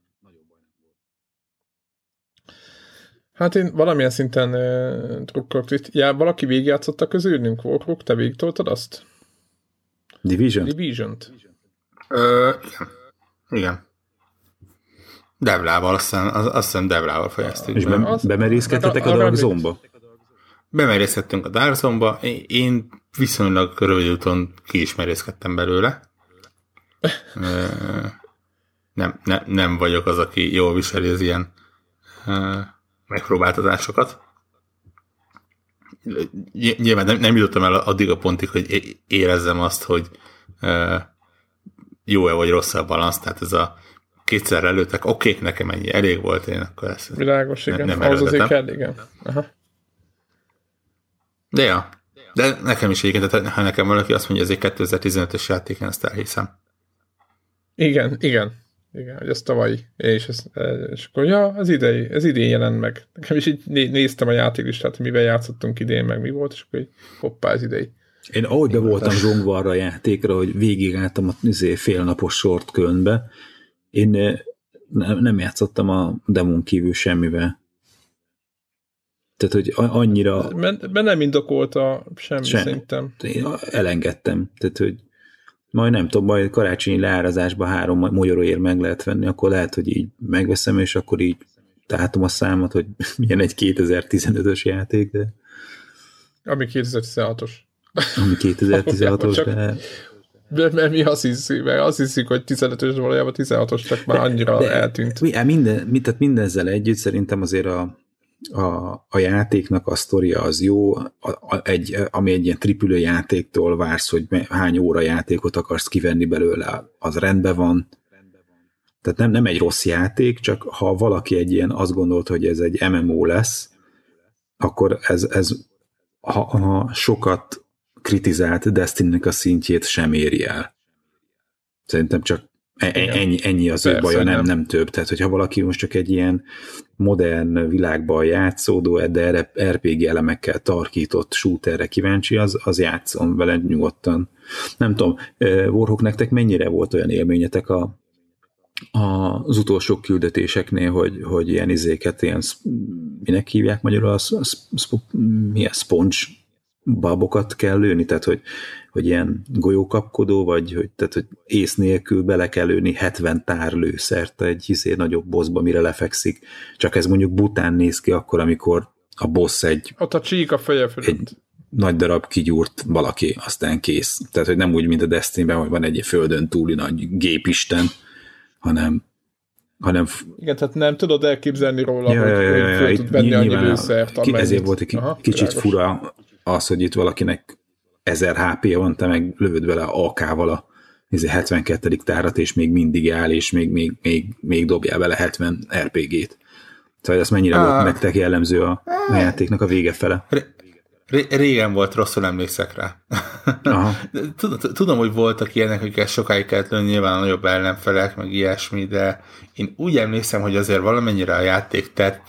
Hát én valamilyen szinten drukkolok itt. Valaki végigjátszotta közülünk? Warhawk, te végigtoltad azt? Division-t? Igen. Devlával, azt hiszem Devlával fejeztük. És bemerészkedtetek a Dark Zone-ba? Bemerészkedtünk a Dark Zone-ba. Én viszonylag rövid úton ki is merészkedtem belőle. Nem vagyok az, aki jól viseli az ilyen megpróbáltatásokat. Nyilván nem jutottam el addig a pontig, hogy érezzem azt, hogy jó-e vagy rossz a balansz, tehát ez a kétszer előttek, oké, nekem ennyi elég volt, én akkor ezt világos, igen. Nem azért kell, igen. Aha. De nekem is egyébként, tehát ha nekem valaki azt mondja, ez egy 2015-ös játék, én ezt elhiszem. Igen. Igen, hogy ez tavalyi. És akkor, ja, az idén jelent meg. Nekem is így néztem a játéklistát, hogy mivel játszottunk idén, meg mi volt, és akkor így hoppá, az idei. Én ahogy be voltam zsongva arra a játékra, hogy végigálltam a félnapos sort Kölnbe, én nem játszottam a demón kívül semmivel. Tehát, hogy annyira... Mert nem indokolta semmi, szerintem. Én elengedtem. Tehát, hogy majd nem tudom, majd karácsonyi leárazásban 3 magyaróért meg lehet venni, akkor lehet, hogy így megveszem, és akkor így tátom a számot, hogy milyen egy 2015-ös játék, de... Ami 2016-os. Ami 2016-os, de... Mert mi azt hiszik, hogy 15-ös valójában 16-os, csak már annyira eltűnt. Tehát mindezzel együtt szerintem azért a játéknak a sztoria az jó, ami egy ilyen tripülő játéktól vársz, hogy hány óra játékot akarsz kivenni belőle, az rendben van. Tehát nem egy rossz játék, csak ha valaki egy ilyen azt gondolt, hogy ez egy MMO lesz, akkor ez ha sokat kritizált Destiny-nek a szintjét sem éri el. Szerintem csak ennyi az ő baja, nem több. Tehát, hogyha valaki most csak egy ilyen modern világban játszódó, de RPG elemekkel tarkított shooterre kíváncsi, az játszom vele nyugodtan. Nem tudom, Warhawk, nektek mennyire volt olyan élményetek az utolsó küldetéseknél, hogy ilyen izéket, ilyen, minek hívják magyarul, milyen sponge babokat kell lőni, tehát hogy ilyen golyókapkodó, vagy tehát, hogy ész nélkül bele kell lőni 70 tárlőszert egy nagyobb bossba, mire lefekszik. Csak ez mondjuk bután néz ki akkor, amikor a boss ott a csík a feje fölött. Egy nagy darab kigyúrt valaki, aztán kész. Tehát, hogy nem úgy, mint a Destiny-ben, hogy van egy földön túli nagy gépisten, hanem igen, tehát nem tudod elképzelni róla, hogy föl tud venni annyi lőszert. Ezért volt egy kicsit fura az, hogy itt valakinek 1000 HP-je van, te meg lövöd vele AK-val a 72. tárat, és még mindig áll, és még dobjál vele 70 RPG-t. Szóval ez mennyire volt nektek jellemző a játéknak a vége fele? Régen volt, rosszul emlékszek rá. Tudom, hogy voltak ilyenek, akiket sokáig kellett lőni, nyilván a nagyobb ellenfelek, meg ilyesmi, de én úgy emlékszem, hogy azért valamennyire a játék tett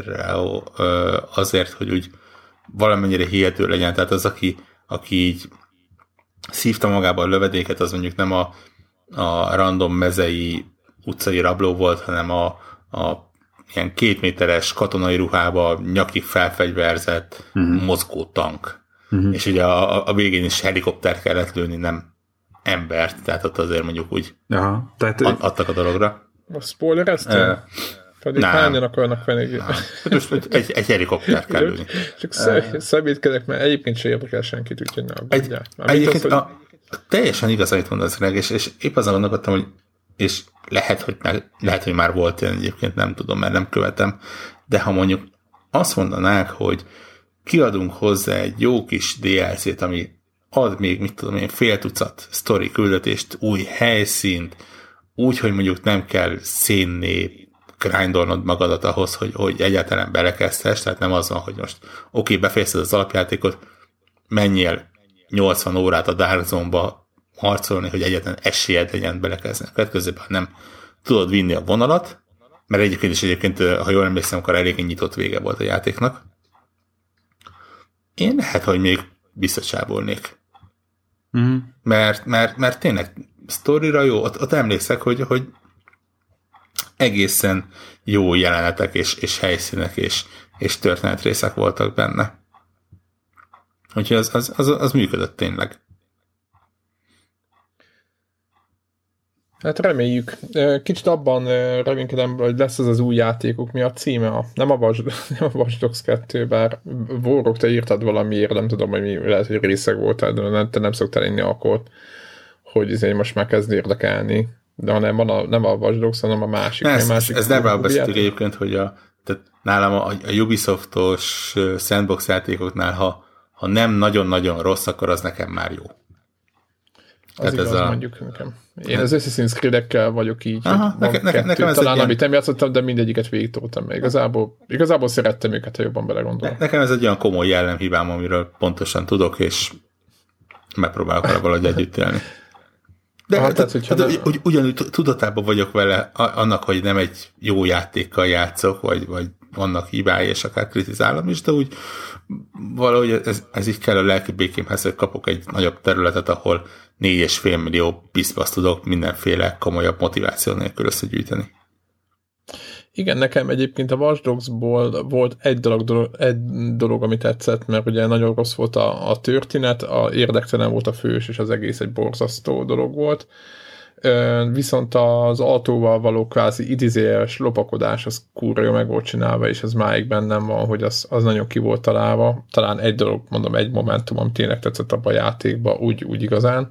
azért, hogy úgy valamennyire hihető legyen. Tehát az, aki így szívta magába a lövedéket, az mondjuk nem a random mezei utcai rabló volt, hanem a ilyen 2 méteres katonai ruhába nyakig felfegyverzett mozgó tank. És ugye a végén is helikopter kellett lőni, nem embert, tehát ott azért mondjuk úgy adtak a dologra. A spoilereztem? Pedig hányan akarnak venni? Egy helikopter kell lőni. Csak szemétkedek, mert egyébként se érdekel senkit, úgyhogy ne aggódjál. Egyébként teljesen igaz, amit mondasz, Greg, és épp azon gondolkodtam, hogy és lehet, hogy már volt ilyen egyébként, nem tudom, mert nem követem, de ha mondjuk azt mondanák, hogy kiadunk hozzá egy jó kis DLC-t, ami ad még, mit tudom én, fél tucat sztori küldetést, új helyszínt, úgy, hogy mondjuk nem kell szénné grindolnod magadat ahhoz, hogy egyáltalán belekezdhess, tehát nem az van, hogy most befejezted az alapjátékot, menjél 80 órát a Dark Zone-ba harcolni, hogy egyáltalán esélyed legyen belekezdeni. Következőben nem tudod vinni a vonalat, mert egyébként, ha jól emlékszem, akkor elég nyitott vége volt a játéknak. Én lehet, hogy még visszacsábolnék. Mert tényleg sztorira jó, ott emlékszek, hogy egészen jó jelenetek és helyszínek és történetrészek voltak benne. Úgyhogy az működött tényleg. Hát reméljük. Kicsit abban reménykedem, hogy lesz az új játékok, mi a címe. Nem a Watch Dogs 2, bár Warhawk, te írtad valamiért, nem tudom, hogy mi lehet, hogy részeg voltál, de te nem szoktál inni akkor, hogy ezért most már kezd érdekelni. De hanem nem a Watch Dogs, hanem a másik. Ez nem beszéltük egyébként, hogy tehát nálam a Ubisoftos sandbox játékoknál, ha nem nagyon-nagyon rossz, akkor az nekem már jó. Az igaz, mondjuk nekem. Én az Assassin's Creed-ekkel vagyok így. Nekem ez talán, amit nem játszottam, de mindegyiket végigtoltam meg. Igazából szerettem őket, ha jobban belegondolom. Nekem ez egy olyan komoly jellemhibám, amiről pontosan tudok, és megpróbálok vele valahogy együtt élni. De ugyanúgy tudatában vagyok vele annak, hogy nem egy jó játékkal játszok, vagy vannak hibái, és akár kritizálom is, de úgy valahogy ez így kell a lelki békémhez, hogy kapok egy nagyobb területet, ahol 4,5 millió piszpaszt tudok mindenféle komolyabb motiváció nélkül összegyűjteni. Igen, nekem egyébként a Watch Dogs-ból volt egy dolog, ami tetszett, mert ugye nagyon rossz volt a történet, érdektelen volt a fős, és az egész egy borzasztó dolog volt. Viszont az autóval való kvázi idézőjeles lopakodás, az kurva meg volt csinálva, és az máig bennem van, hogy az nagyon ki volt találva. Talán egy dolog, mondom, egy momentum, ami tényleg tetszett abban a játékban, úgy igazán.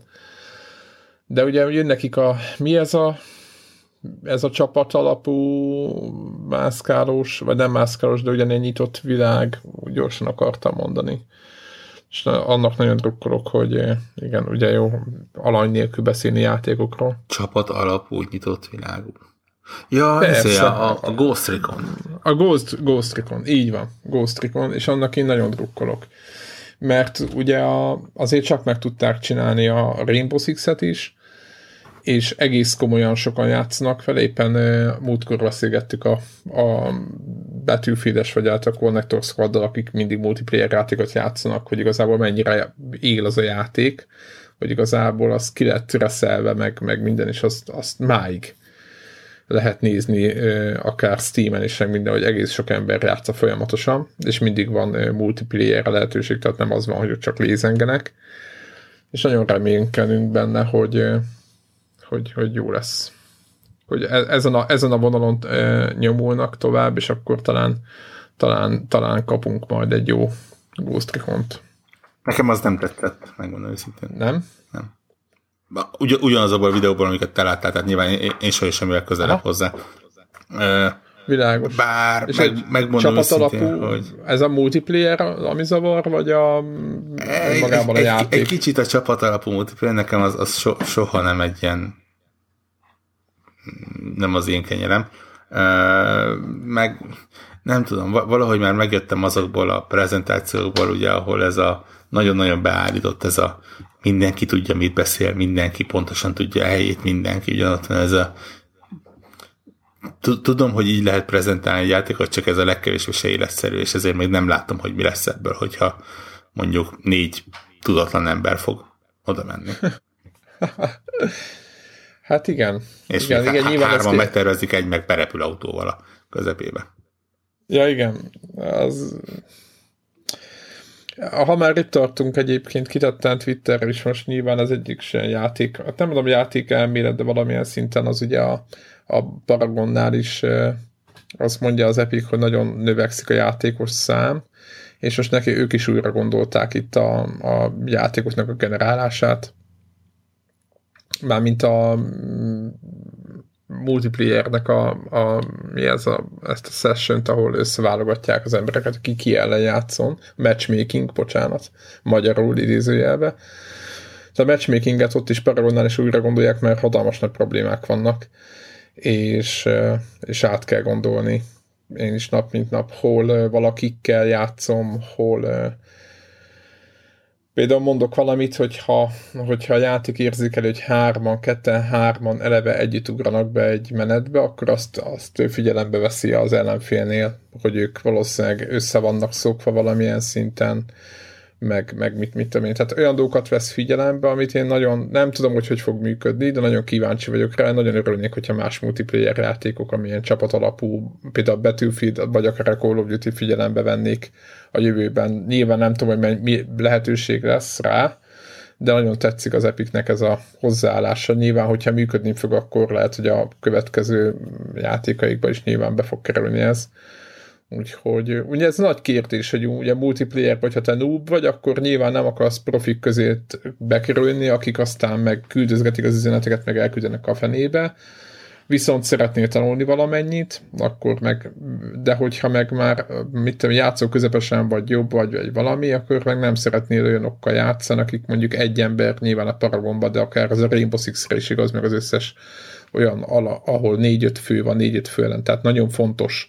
De ugye jön nekik mi ez a csapat alapú mászkálós, vagy nem mászkálós, de ugyanilyen nyitott világ, úgy gyorsan akartam mondani. És annak nagyon drukkolok, hogy igen, ugye jó alany nélkül beszélni játékokról. Csapat alapú nyitott világú. Ja, ez a Ghost Recon. A Ghost Recon, így van, Ghost Recon, és annak én nagyon drukkolok. Mert ugye azért csak meg tudták csinálni a Rainbow Six-et is, és egész komolyan sokan játszanak fel, éppen múltkor beszélgettük a Battlefield-es vagy a Connector Squad-dal, akik mindig multiplayer játékot játszanak, hogy igazából mennyire él az a játék, hogy igazából az ki lett reszelve, meg minden, és azt máig lehet nézni, akár Steamen is, meg minden, hogy egész sok ember játsza folyamatosan, és mindig van multiplayer lehetőség, tehát nem az van, hogy csak lézengenek, és nagyon reménykedünk benne, hogy jó lesz. Hogy ezen a vonalon nyomulnak tovább, és akkor talán kapunk majd egy jó Ghost Recon-t. Nekem az nem tetszett, megmondom őszintén. Nem? Nem. Ugyanaz abban a videóban, amiket te láttál, tehát nyilván én soha semmivel közelebb hozzá. Világos. Bár megmondom őszintén, hogy... Ez a multiplayer, ami zavar, vagy magában a játék? Egy kicsit a csapat alapú multiplayer, nekem az soha nem egy ilyen nem az én kenyerem. Meg nem tudom, valahogy már megjöttem azokból a prezentációkból, ugye, ahol ez a nagyon-nagyon beállított, ez a mindenki tudja, mit beszél, mindenki pontosan tudja a helyét, mindenki ugyanott van ez a tudom, hogy így lehet prezentálni egy játékot, csak ez a legkevésbé se életszerű, és ezért még nem látom, hogy mi lesz ebből, hogyha mondjuk 4 tudatlan ember fog oda menni. Hát igen. És igen, hárman megtervezik, egy meg berepül autóval a közepébe. Ja, igen. Ha már itt tartunk egyébként, kitettem Twitterre is most nyilván az egyik sem játék, nem mondom játék elmélet, de valamilyen szinten az ugye a Paragonnál is azt mondja az Epic, hogy nagyon növekszik a játékos szám, és most neki ők is újra gondolták itt a játékosnak a generálását, mármint a multiplayernek ezt a sessiont, ahol összeválogatják az embereket, ki ellen játszon, matchmaking, bocsánat, magyarul idézőjelbe. De a matchmakinget ott is Paragonnál is újra gondolják, mert hatalmas nagy problémák vannak, és át kell gondolni. Én is nap mint nap, hol valakikkel játszom, hol például mondok valamit, hogyha a játék érzékelő, hogy 3-an eleve együtt ugranak be egy menetbe, akkor azt figyelembe veszi az ellenfélnél, hogy ők valószínűleg össze vannak szokva valamilyen szinten, meg mit tudom én. Tehát olyan dolgokat vesz figyelembe, amit én nagyon nem tudom, hogy fog működni, de nagyon kíváncsi vagyok rá, nagyon örülnék, hogyha más multiplayer játékok, amilyen csapat alapú, például a Battlefield, vagy akár a Call of Duty figyelembe vennék a jövőben. Nyilván nem tudom, hogy mi lehetőség lesz rá, de nagyon tetszik az Epicnek ez a hozzáállása. Nyilván, hogyha működni fog, akkor lehet, hogy a következő játékaikban is nyilván be fog kerülni ez. Úgyhogy ugye ez nagy kérdés, hogy ugye multiplayer, vagy ha te noob vagy, akkor nyilván nem akarsz profik közé bekerülni, akik aztán meg küldözgetik az üzeneteket, meg elküldenek a fenébe, viszont szeretnél tanulni valamennyit, akkor meg, de hogyha meg már mit tudom, játszó közepesen vagy jobb vagy valami, akkor meg nem szeretnél olyanokkal játszani, akik mondjuk egy ember nyilván a Paragonban, de akár az a Rainbow Six-re is igaz, meg az összes olyan ahol 4-5 fő van, 4-5 fő ellen, tehát nagyon fontos,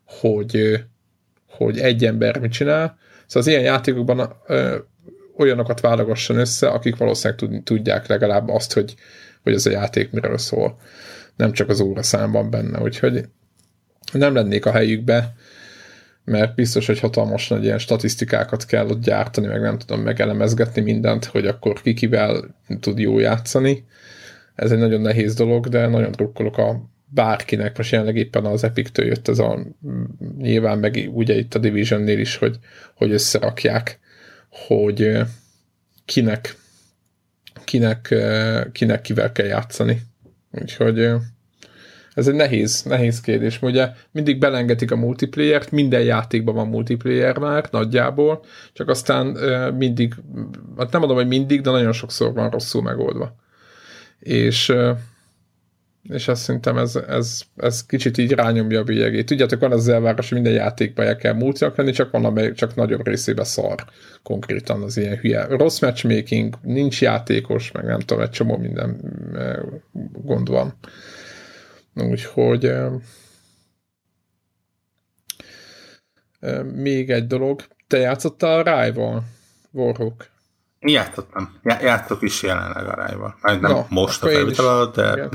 hogy egy ember mit csinál. Szóval az ilyen játékokban olyanokat válogasson össze, akik valószínűleg tudják legalább azt, hogy hogy ez a játék miről szól. Nem csak az óraszám van benne, úgyhogy nem lennék a helyükbe, mert biztos, hogy hatalmas nagy ilyen statisztikákat kell ott gyártani, meg nem tudom megelemezgetni mindent, hogy akkor kivel tud jó játszani. Ez egy nagyon nehéz dolog, de nagyon drukkolok a bárkinek, most jelenleg éppen az Epic-től jött ez a nyilván meg ugye itt a Division-nél is, hogy összerakják, hogy kinek kivel kell játszani. Úgyhogy ez egy nehéz kérdés. Ugye mindig belengetik a multiplayer-t, minden játékban van multiplayer már, nagyjából, csak aztán mindig, hát nem mondom, hogy mindig, de nagyon sokszor van rosszul megoldva. És azt szerintem ez kicsit így rányomja a bélyegét. Tudjátok, van az elvárás, hogy minden játékban el kell multinak lenni, csak van, amely csak nagyobb részében szar. Konkrétan az ilyen hülye. Rossz matchmaking, nincs játékos, meg nem tudom, egy csomó minden gond van. Úgyhogy még egy dolog. Te játszottál a Rival, Warhawk? Játszottam. Játszok is jelenleg a Rival. Nem most a felvétel alatt, de...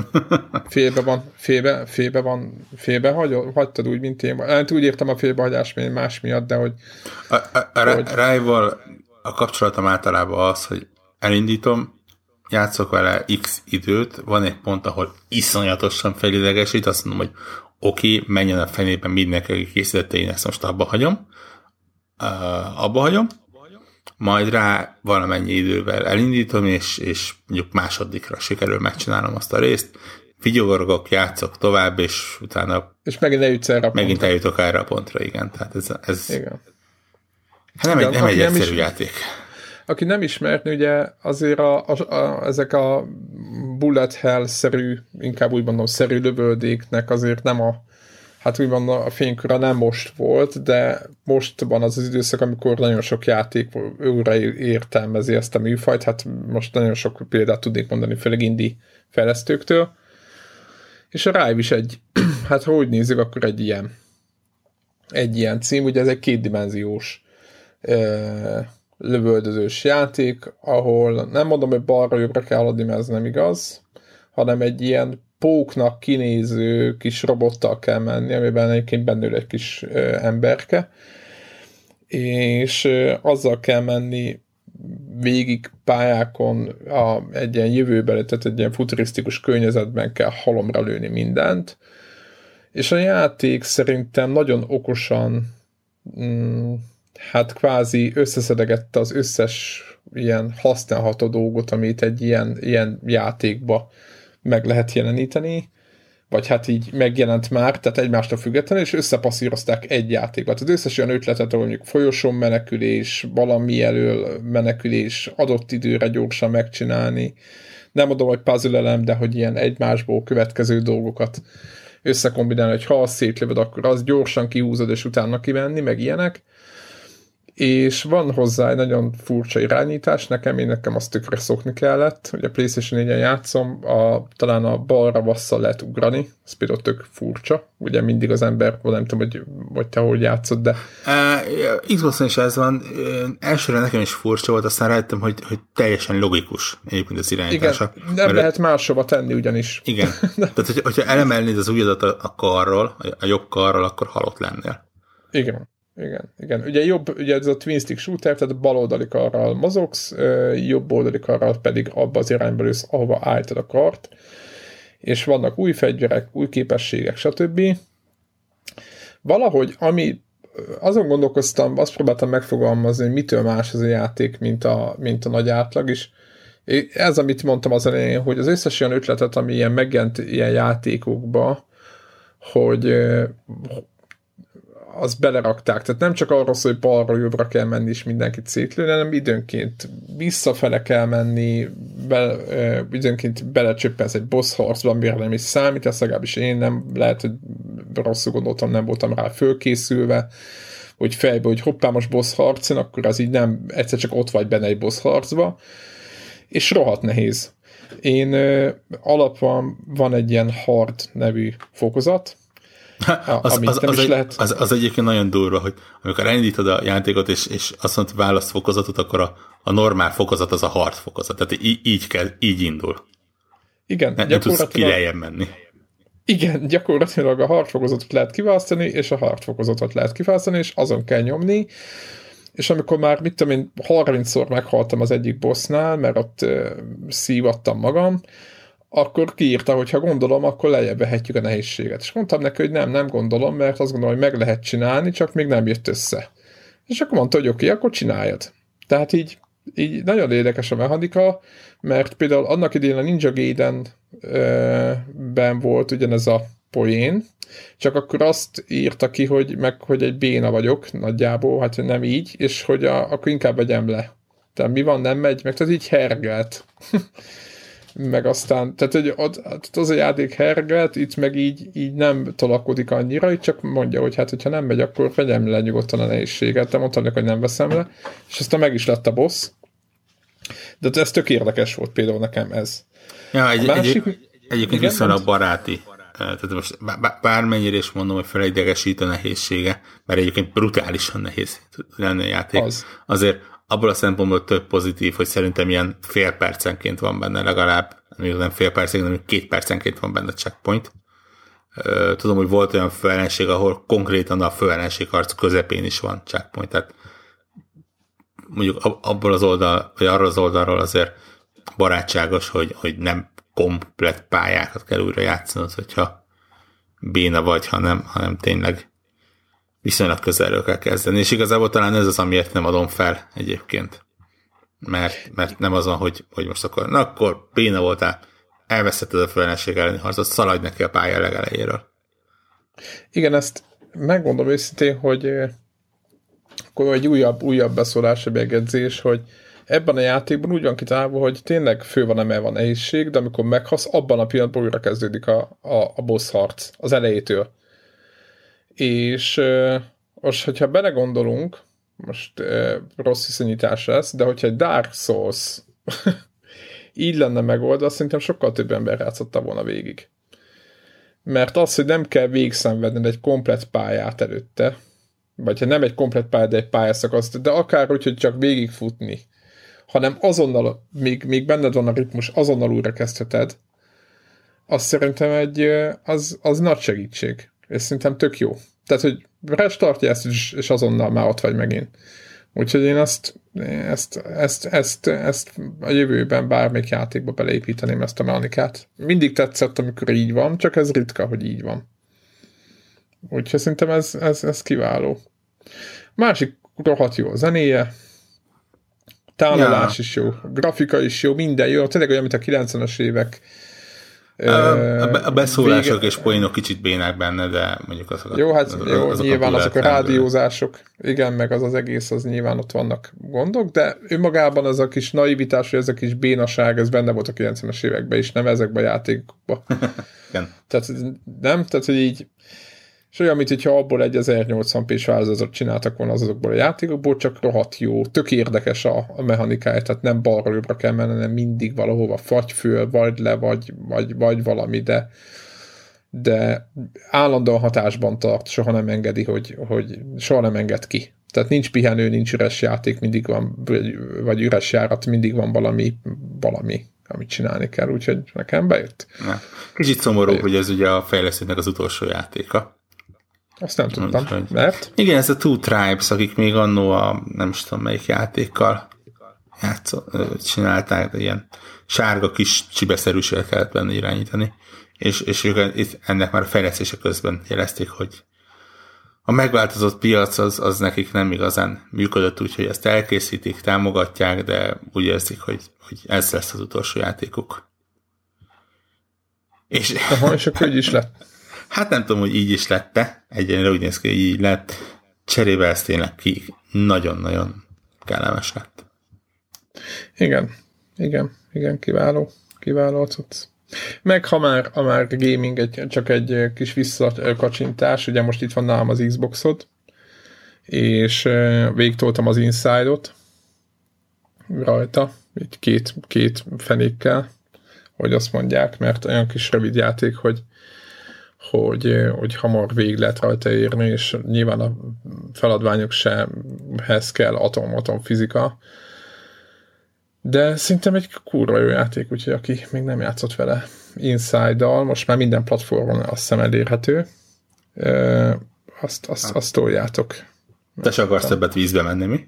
Félbe hagytad úgy, mint én. Hát úgy értem a félbehagyás más miatt, de hogy... A Rival a kapcsolatom általában az, hogy elindítom, játszok vele x időt, van egy pont, ahol iszonyatosan felidegesít, azt mondom, hogy oké, menjen a fenében mindenki, aki készítette, én ezt most abba hagyom, majd rá valamennyi idővel elindítom, és mondjuk másodikra sikerül megcsinálom azt a részt, vigyorgok, játszok tovább, és utána és megint eljutsz erre a pontra. Megint eljutok erre a pontra, igen. Tehát ez igen. Hát nem egy egyszerű játék. Aki nem ismert, ugye azért ezek a bullet hell-szerű, inkább úgy mondom, szerű lövöldéknek azért nem hát úgy mondom, a fénykora nem most volt, de most van az időszak, amikor nagyon sok játék újra értelmezi ezt a műfajt, hát most nagyon sok példát tudnék mondani, főleg indie fejlesztőktől. És a Rive is hát ha úgy nézzük, akkor egy ilyen cím, ugye ez egy kétdimenziós lövöldözős játék, ahol nem mondom, hogy balra-jobbra kell haladni, mert ez nem igaz, hanem egy ilyen póknak kinéző kis robottal kell menni, amiben egyébként bennül egy kis emberke, és azzal kell menni végig pályákon egy ilyen jövőbeli, tehát egy ilyen futurisztikus környezetben kell halomra lőni mindent, és a játék szerintem nagyon okosan hát kvázi összeszedegette az összes ilyen használható dolgot, amit egy ilyen játékba meg lehet jeleníteni, vagy hát így megjelent már, tehát egymástól függetlenül, és összepasszírozták egy játékba. Tehát összes olyan ötletet, ahol mondjuk folyosón menekülés, valami elől menekülés, adott időre gyorsan megcsinálni. Nem mondom, hogy puzzle elem, de hogy ilyen egymásból következő dolgokat összekombinálni, hogy ha azt szétlövöd, akkor az gyorsan kihúzod, és utána kivenni, meg ilyenek. És van hozzá egy nagyon furcsa irányítás, nekem azt tökre szokni kellett, hogy a PlayStation 4-en játszom, talán a balra vasszal lehet ugrani, ez például tök furcsa, ugye mindig az ember, nem tudom, hogy te hogy játszod, de... Xboxon is ez van, elsőre nekem is furcsa volt, aztán rájöttem, hogy teljesen logikus egyébként az irányítása. Igen, nem lehet máshova tenni ugyanis. Igen, tehát hogyha elemelnéd az ujjadat a karról, a jobb karról, akkor halott lennél. Igen. Ugye ez a twin stick shooter, tehát a bal oldali karral mozogsz, jobb oldali karral pedig abba az irányba lősz, ahova állítod a kart, és vannak új fegyverek, új képességek, stb. Valahogy, azon gondolkoztam, azt próbáltam megfogalmazni, hogy mitől más ez a játék, mint a nagy átlag is. Ez, amit mondtam az elején, hogy az összes olyan ötletet, ami ilyen megjelent ilyen játékokba, hogy azt belerakták. Tehát nem csak arról szól, hogy balra-jobbra kell menni, és mindenkit szétlőni, hanem időnként visszafele kell menni, időnként belecsöppensz egy boss harcba, amire nem is számít, ezt legalábbis én nem, lehet, hogy rosszul gondoltam, nem voltam rá fölkészülve, hogy fejbe, hogy hoppá, most boss harcon, akkor az így nem, egyszer csak ott vagy benne egy boss harcba, és rohadt nehéz. Én alapban van egy ilyen hard nevű fokozat, az egyébként nagyon durva, hogy amikor elindítod a játékot, és azt mondod, választ fokozatot, akkor a normál fokozat az a hard fokozat. Tehát így indul. Igen, nem tudsz ki lejjebb menni. Igen, gyakorlatilag a hardfokozatot lehet kiválasztani, és a hardfokozatot lehet kiválasztani, és azon kell nyomni, és amikor már, mit tudom én, 30-szor meghaltam az egyik bossnál, mert ott szívattam magam, akkor kiírta, hogy ha gondolom, akkor lejjebb vehetjük a nehézséget. És mondtam neki, hogy nem gondolom, mert azt gondolom, hogy meg lehet csinálni, csak még nem jött össze. És akkor mondta, hogy oké, akkor csináljad. Tehát így nagyon érdekes a mechanika, mert például annak idején a Ninja Gaiden-ben volt ugyanez a poén, csak akkor azt írta ki, hogy egy béna vagyok nagyjából, hát nem így, és hogy akkor inkább vegyem le. Tehát mi van, nem megy, meg tehát így hergelt. Meg aztán, tehát hogy az a játék hergelt, itt meg így nem tolakodik annyira, itt csak mondja, hogy hát, hogyha nem megy, akkor vegyem le nyugodtan a nehézséget, de mondtam neki, hogy nem veszem le, és aztán meg is lett a boss. De ez tök érdekes volt például nekem ez. Ja, egyébként viszonylag baráti. Tehát most bármennyire is mondom, hogy felidegesít a nehézsége, mert egyébként brutálisan nehéz lenne a játék. Azért abból a szempontból több pozitív, hogy szerintem ilyen fél percenként van benne legalább, nem fél percenként, hanem 2 percenként van benne checkpoint. Tudom, hogy volt olyan főellenség, ahol konkrétan a főellenségharc közepén is van checkpoint, tehát mondjuk abból az oldal, vagy arról az oldalról azért barátságos, hogy nem komplett pályákat kell újra játszanod, hogyha béna vagy, hanem tényleg viszonylag közelről kell kezdeni. És igazából talán ez az, amiért nem adom fel egyébként. Mert nem az van, hogy most akkor béna voltál, elvesztetted a főellenség elleni harcot, szaladj neki a pálya legelejéről. Igen, ezt megmondom őszintén, hogy akkor egy újabb beszólási megjegyzés, hogy ebben a játékban úgy van kitalálva, hogy tényleg fő van emelve a nehézség, de amikor meghalsz, abban a pillanatban újra kezdődik a boss harc az elejétől. És most, hogyha belegondolunk, most rossz viszonyítás lesz, de hogyha egy Dark Souls így lenne megoldva, szerintem sokkal több ember játszotta volna végig. Mert az, hogy nem kell végigszenvedned egy komplett pályát előtte, vagy ha nem egy komplett pályát, de egy pályaszakaszt, de akár úgy, hogy csak végigfutni, hanem azonnal, még benned van a ritmus, azonnal újra kezdheted, az szerintem az nagy segítség. És szerintem tök jó. Tehát, hogy restartja ezt, és azonnal már ott vagy megint. Úgyhogy én ezt a jövőben bármelyik játékba beleépíteném ezt a mechanikát. Mindig tetszett, amikor így van, csak ez ritka, hogy így van. Úgyhogy szerintem ez kiváló. Másik rohadt jó a zenéje, tálalás is jó, grafika is jó, minden jó, tényleg olyan, mint a 90-es évek. A beszólások és poénok kicsit bénák benne, de mondjuk azok jó, hát jó, nyilván azok a rádiózások, igen, meg az egész, az nyilván ott vannak gondok, de önmagában ez a kis naivitás, vagy ez a kis bénaság, ez benne volt a 90-es években is, nem ezekben a játékokban. Tehát nem, tehát hogy így és olyan, mint hogyha abból egy 1080p-s változatot csináltak volna azokból a játékokból, csak rohadt jó, tök érdekes a mechanikája, tehát nem balra-jobbra kell menni, hanem mindig valahova fagy föl, vagy le, vagy valami, de állandóan hatásban tart, soha nem engedi, hogy soha nem enged ki. Tehát nincs pihenő, nincs üres játék, mindig van, vagy üres járat, mindig van valami, amit csinálni kell, úgyhogy nekem bejött. Kicsit szomorú, hogy ez ugye a fejlesztőnek az utolsó játéka. Azt nem tudtam, mert? Igen, ez a Two Tribes, akik még annó nem is tudom melyik játékkal csinálták, de ilyen sárga kis csibeszerűséget kellett benne irányítani, és ők ennek már a fejlesztése közben jelezték, hogy a megváltozott piac az nekik nem igazán működött, úgyhogy ezt elkészítik, támogatják, de úgy érzik, hogy ez lesz az utolsó játékuk. És akkor így is lett. Hát nem tudom, hogy így is lett-e. Egyenlőre úgy néz ki, hogy így lett. Cserébe ez tényleg nagyon-nagyon kellemes lett. Igen, kiváló a cucc. Meg ha már gaming, csak egy kis visszakacsintás, ugye most itt van nálam az Xboxod, és végigtoltam az Inside-ot rajta, így két fenékkel, hogy azt mondják, mert olyan kis rövid játék, hogy hamar végig lehet rajta érni, és nyilván a feladványok sehez kell atom fizika, De szerintem egy kurva jó játék, úgyhogy aki még nem játszott vele Inside-dal, most már minden platformon azt hiszem elérhető. Azt toljátok. Te se akarsz többet vízbe menni, mi?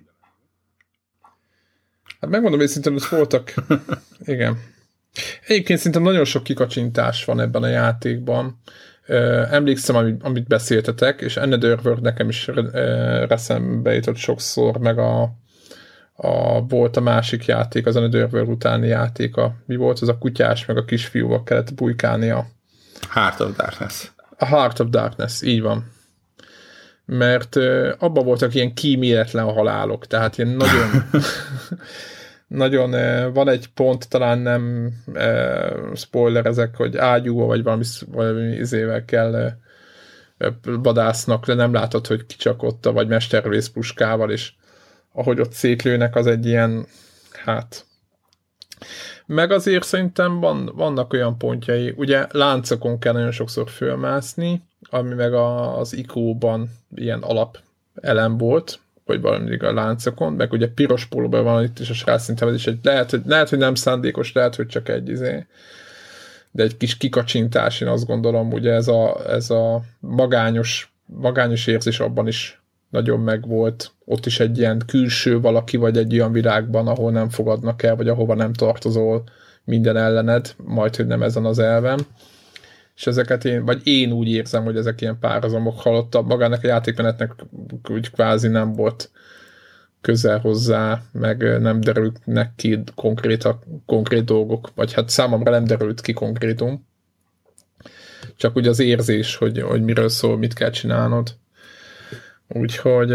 Hát megmondom, hogy szerintem ott voltak. Igen. Egyébként szerintem nagyon sok kikacsintás van ebben a játékban. Emlékszem, amit beszéltetek, és Another World nekem is reszembe jutott sokszor, meg volt a másik játék, az Another World utáni játéka. Mi volt az a kutyás, meg a kisfiúval kellett bujkálnia? Heart of Darkness. A Heart of Darkness, így van. Mert abban voltak ilyen kíméletlen halálok, tehát ilyen nagyon nagyon van egy pont, talán nem spoilerezek, hogy ágyúval vagy valami izével kell vadásznak, de nem látod, hogy kicsakodta, vagy mesterlövészpuskával, és ahogy ott szétlőnek, az egy ilyen, hát meg azért szerintem vannak olyan pontjai, ugye láncokon kell nagyon sokszor fölmászni, ami meg az IQ-ban ilyen alap elem volt, vagy valami a láncokon, meg ugye piros pólóban van itt is a srác, szerintem ez is egy, lehet, hogy nem szándékos, lehet, hogy csak egy de egy kis kikacsintás, én azt gondolom, ugye ez a magányos érzés abban is nagyon megvolt. Ott is egy ilyen külső valaki, vagy egy olyan világban, ahol nem fogadnak el, vagy ahova nem tartozol minden ellened, majd, hogy nem ezen az elven. És ezeket én úgy érzem, hogy ezek ilyen párhuzamok halottak. Magának a játékmenetnek úgy kvázi nem volt közel hozzá, meg nem derülnek ki konkrét dolgok, vagy hát számomra nem derült ki konkrétum. Csak úgy az érzés, hogy miről szól, mit kell csinálnod. Úgyhogy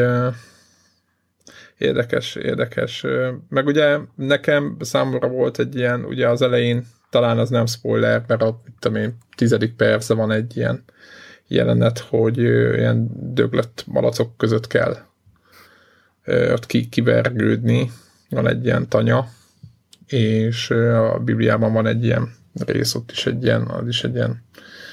érdekes. Meg ugye nekem számomra volt egy ilyen, ugye az elején talán az nem spoiler, mert a 10. percben van egy ilyen jelenet, hogy ilyen döglött malacok között kell ott kivergődni. Van egy ilyen tanya, és a Bibliában van egy ilyen rész, ott is egy ilyen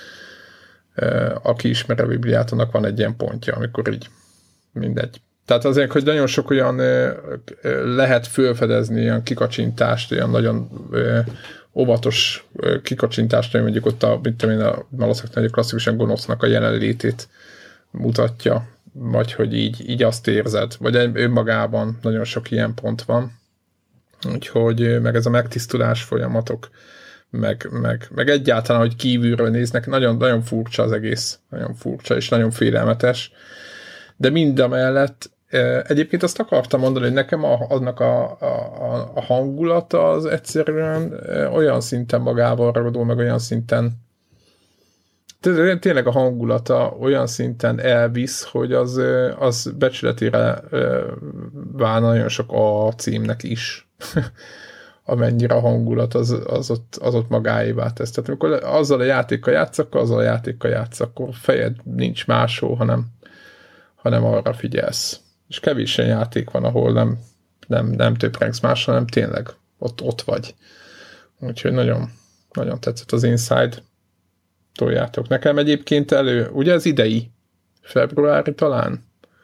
aki ismer a Bibliát, annak van egy ilyen pontja, amikor így mindegy. Tehát azért, hogy nagyon sok olyan lehet fölfedezni, olyan kikacsintást, olyan nagyon óvatos kikacsintást, hogy mondjuk ott a malacoknál egy klasszikusan gonosznak a jelenlétét mutatja, vagy hogy így azt érzed, vagy önmagában nagyon sok ilyen pont van. Úgyhogy meg ez a megtisztulás folyamatok, meg egyáltalán, hogy kívülről néznek, nagyon, nagyon furcsa az egész, nagyon furcsa és nagyon félelmetes. De mindamellett egyébként azt akartam mondani, hogy nekem annak a hangulata az egyszerűen olyan szinten magával ragadó, meg olyan szinten tényleg a hangulata olyan szinten elvisz, hogy az becsületére válna nagyon sok a címnek is. Amennyire a hangulat az ott magáévá tesz. Tehát amikor azzal a játékkal játsz, akkor fejed nincs máshol, hanem arra figyelsz. És kevés ilyen játék van, ahol nem töprengsz máshol, hanem tényleg ott vagy. Úgyhogy nagyon, nagyon tetszett az Inside. Toljátok. Nekem egyébként ugye az idei februári talán?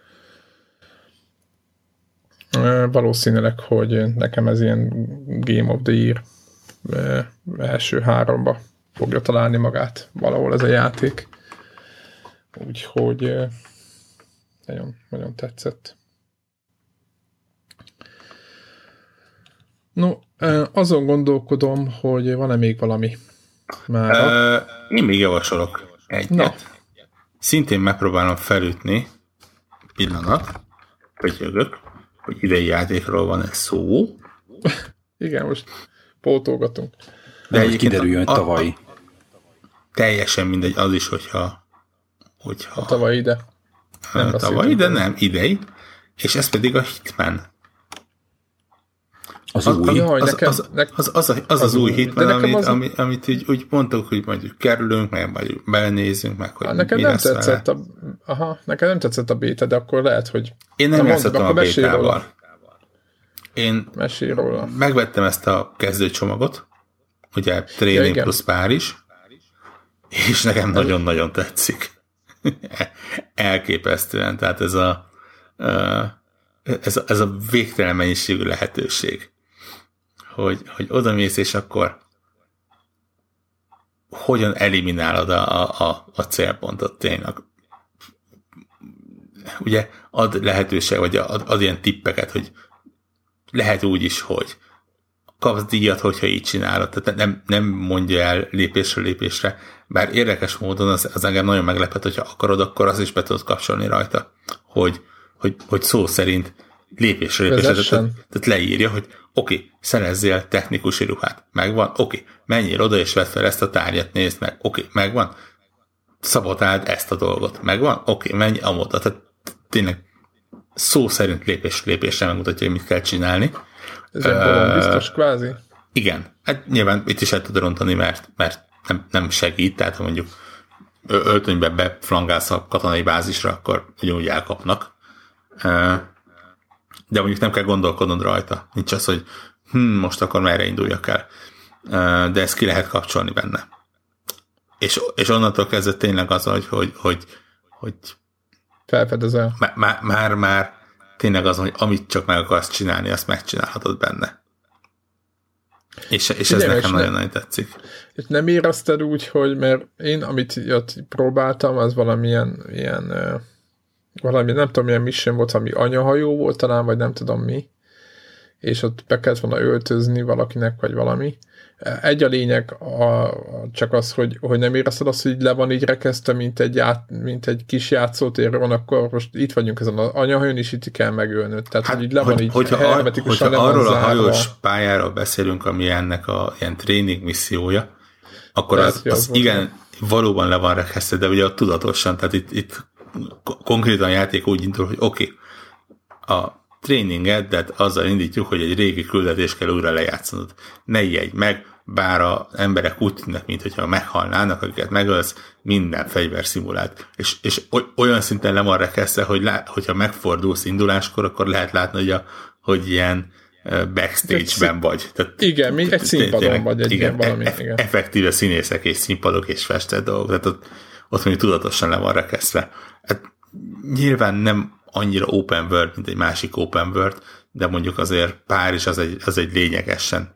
Valószínűleg, hogy nekem ez ilyen Game of the Year első 3-ba fogja találni magát valahol ez a játék. Úgyhogy nagyon, nagyon tetszett. No, azon gondolkodom, hogy van-e még valami mára. Én még javasolok egyet. Na. Szintén megpróbálom felütni pillanat, pötyögök, hogy idei játékról van egy szó. Igen, most pótolgatunk. De egyébként kiderüljön, hogy tavalyi. Teljesen mindegy, az is, hogyha a tavalyi ide. Tavalyi, de nem, idei. És ez pedig a Hitman. Az új. Az új Hitman, amit úgy mondtuk, hogy majd kerülünk, meg majd belenézünk, meg hogy nekem mi nem lesz tetszett nekem nem tetszett a béta, de akkor lehet, hogy... Én nem játszottam a bétával. Én megvettem ezt a kezdőcsomagot, ugye Training plusz Párizs, és nekem nagyon-nagyon tetszik. Elképesztően, tehát ez a végtelen mennyiségű lehetőség, hogy odamész, és akkor hogyan eliminálod a célpontot tényleg. Ugye ad lehetőség, vagy ad ilyen tippeket, hogy lehet úgy is, hogy kapsz díjat, hogyha így csinálod. Tehát nem mondja el lépésről lépésre, bár érdekes módon az engem nagyon meglepett, hogyha akarod, akkor az is be tudod kapcsolni rajta, hogy szó szerint lépésről lépésre. Tehát leírja, hogy oké, szerezzél technikusi ruhát. Megvan? Oké, menjél oda és vedd fel ezt a tárgyat, nézd meg. Oké, megvan? Szabotáld ezt a dolgot. Megvan? Oké, menj amoda. Tehát tényleg szó szerint lépésre megmutatja, hogy mit kell csinálni. Ez egy biztos kvázi? Igen. Hát nyilván itt is el tud rontani, mert nem segít, tehát ha mondjuk öltönyben beflangálsz a katonai bázisra, akkor ugyanúgy elkapnak. De mondjuk nem kell gondolkodnod rajta. Nincs az, hogy most akkor merre induljak el. De ezt ki lehet kapcsolni benne. És onnantól kezdve tényleg az, hogy felfedezel. Már tényleg az, hogy amit csak meg akarsz csinálni, azt megcsinálhatod benne. És ez nekem nagyon-nagyon tetszik. És nem érezted úgy, hogy mert én, amit próbáltam, az valamilyen valami, nem tudom, milyen mission volt, ami anyahajó volt talán, vagy nem tudom mi, és ott be kellett volna öltözni valakinek, vagy valami. Egy a lényeg csak az, hogy nem érezted azt, hogy le van így rekesztve, mint egy kis játszótér van, akkor most itt vagyunk ezen az anyahajón, és itt kell megölnöd. Tehát, hogy így le van így hogyha arról a hajós pályáról beszélünk, ami ennek a ilyen tréning missziója, akkor az igen, valóban le van rekesztve, de ugye tudatosan, tehát itt konkrétan a játék úgy indul, hogy oké, a tréningedet azzal indítjuk, hogy egy régi küldetést kell újra lejátszanod. Ne ijedj meg, bár az emberek úgy tűnnek, mintha meghalnának, akiket megölsz, minden fegyver szimulált. És olyan szinten le van rekesztve, hogyha megfordulsz induláskor, akkor lehet látni, hogy ilyen backstage-ben vagy. Tehát, igen, egy színpadon vagy egy valami. Effektíve színészek és színpadok és festett dolgok. Tehát ott mondjuk tudatosan le van rekesztve. Hát, nyilván nem annyira open world, mint egy másik open world, de mondjuk azért Párizs az egy lényegesen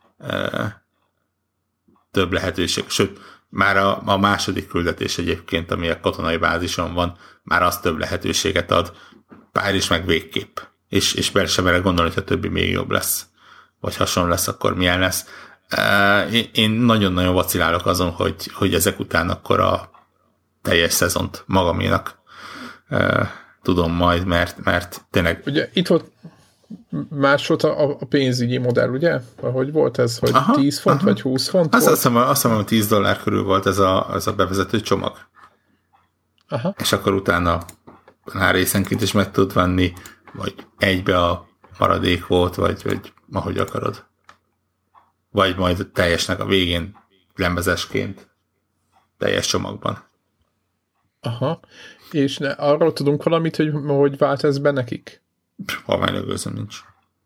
több lehetőség. Sőt, már a második küldetés egyébként, ami a katonai bázison van, már az több lehetőséget ad. Párizs meg végképp. És bele sem merek gondolni, hogy a többi még jobb lesz. Vagy hasonló lesz, akkor milyen lesz. Én nagyon-nagyon vacilálok azon, hogy ezek után akkor a teljes szezont magaménak tudom majd, mert tényleg... Ugye itt volt más volt a pénzügyi modell, ugye? Hogy volt ez, hogy 10 font vagy 20 font volt? Azt hiszem, hogy $10 körül volt ez a bevezető csomag. Aha. És akkor utána már részenként is meg tud venni, vagy egybe a maradék volt, vagy ahogy akarod. Vagy majd teljesnek a végén lemezesként teljes csomagban. Aha. És arról tudunk valamit, hogy vált ez be nekik? Halványlögőzöm nincs.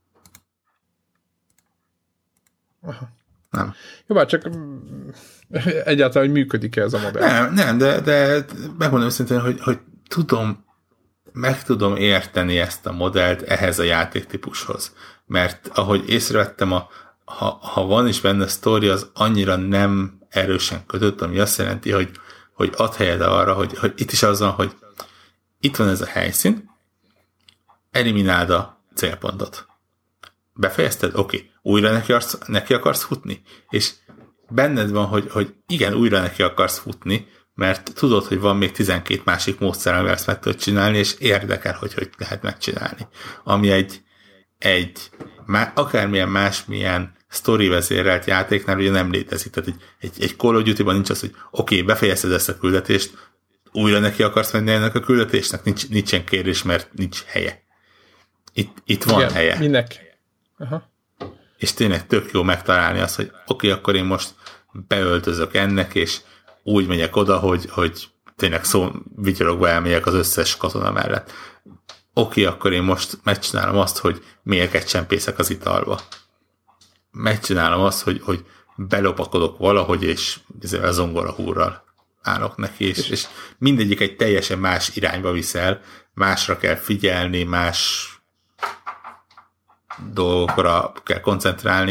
Aha. Nem. Jó, bár csak egyáltalán, hogy működik-e ez a modell? Nem, de megmondom őszintén, hogy meg tudom érteni ezt a modellt ehhez a játéktípushoz. Mert ahogy észrevettem, ha van is benne sztori, az annyira nem erősen kötött, ami azt jelenti, hogy ad helyed arra, hogy itt is az van, hogy itt van ez a helyszín, elimináld a célpontot. Befejezted? Oké. Újra neki akarsz futni? És benned van, hogy igen, újra neki akarsz futni, mert tudod, hogy van még 12 másik módszer, amivel ezt meg tudod csinálni, és érdekel, hogy lehet megcsinálni. Ami egy akármilyen másmilyen sztori vezérelt játéknál ugye nem létezik. Tehát egy Call of Duty-ban nincs az, hogy oké, befejezted ezt a küldetést, újra neki akarsz menni ennek a küldetésnek? Nincsen kérés, mert nincs helye. Itt van igen, helye. Minek? Aha. És tényleg tök jó megtalálni azt, hogy oké, akkor én most beöltözök ennek, és úgy megyek oda, hogy tényleg vigyorogva elmegyek az összes katona mellett. Oké, akkor én most megcsinálom azt, hogy mélyeket csempészek az italba. Megcsinálom azt, hogy belopakodok valahogy, és a zongora húrral állok neki, és mindegyik egy teljesen más irányba viszel, másra kell figyelni, más dolgokra kell koncentrálni,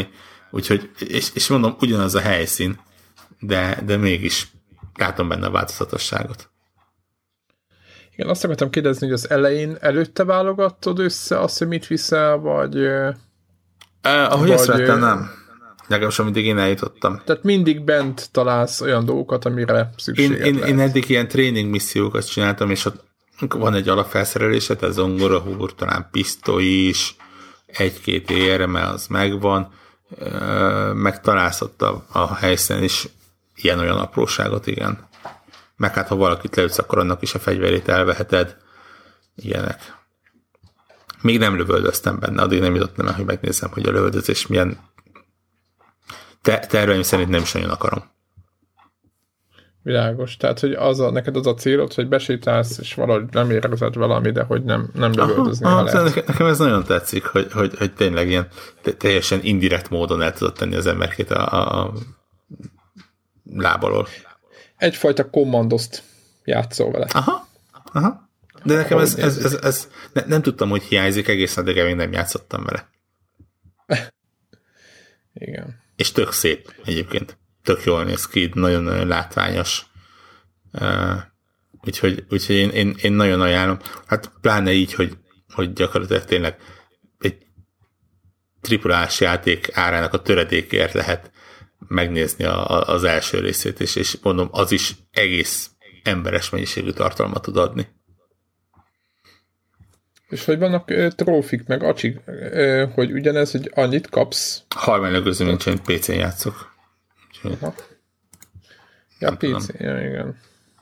Úgyhogy, és mondom, ugyanaz a helyszín, de mégis látom benne a változatosságot. Igen, azt akartam kérdezni, hogy az elején előtte válogattad össze azt, hogy mit viszel, vagy... Ahogy észrevettem, nem. Legalábbis amíg én eljutottam. Tehát mindig bent találsz olyan dolgokat, amire szükséged lehet. Én eddig ilyen tréning missziókat csináltam, és ott van egy alapfelszerelésed, tehát zongorahúr, talán pisztoly is, egy-két érme, az megvan, meg találsz ott a helyszínen is ilyen-olyan apróságot, igen. Meg hát, ha valakit leütsz, akkor annak is a fegyverét elveheted. Ilyenek. Még nem lövöldöztem benne, addig nem jutottam el, hogy megnézem, hogy a lövöldözés milyen. Terveim szerint nem is nagyon akarom. Világos. Tehát, hogy neked az a célod, hogy besétálsz, és valahogy nem érezed valami, de hogy nem lövöldözni, ha lehet. Nekem ez nagyon tetszik, hogy tényleg ilyen teljesen indirekt módon el tudod tenni az emberkét a lábalól. Egyfajta kommandoszt játszol vele. Aha. De nekem ez nem tudtam, hogy hiányzik, egészen addig még nem játszottam vele. Igen. És tök szép egyébként. Tök jól néz ki, nagyon-nagyon látványos. Úgyhogy én nagyon ajánlom. Hát pláne így, hogy gyakorlatilag tényleg egy triplás játék árának a töredékért lehet megnézni az első részét, és mondom, az is egész emberes mennyiségű tartalmat tud adni. És hogy vannak trófik, meg acsik, hogy ugyanez, hogy annyit kapsz. Halvány közül nincs, én PC-n játszok. Ja, PC, ja, igen.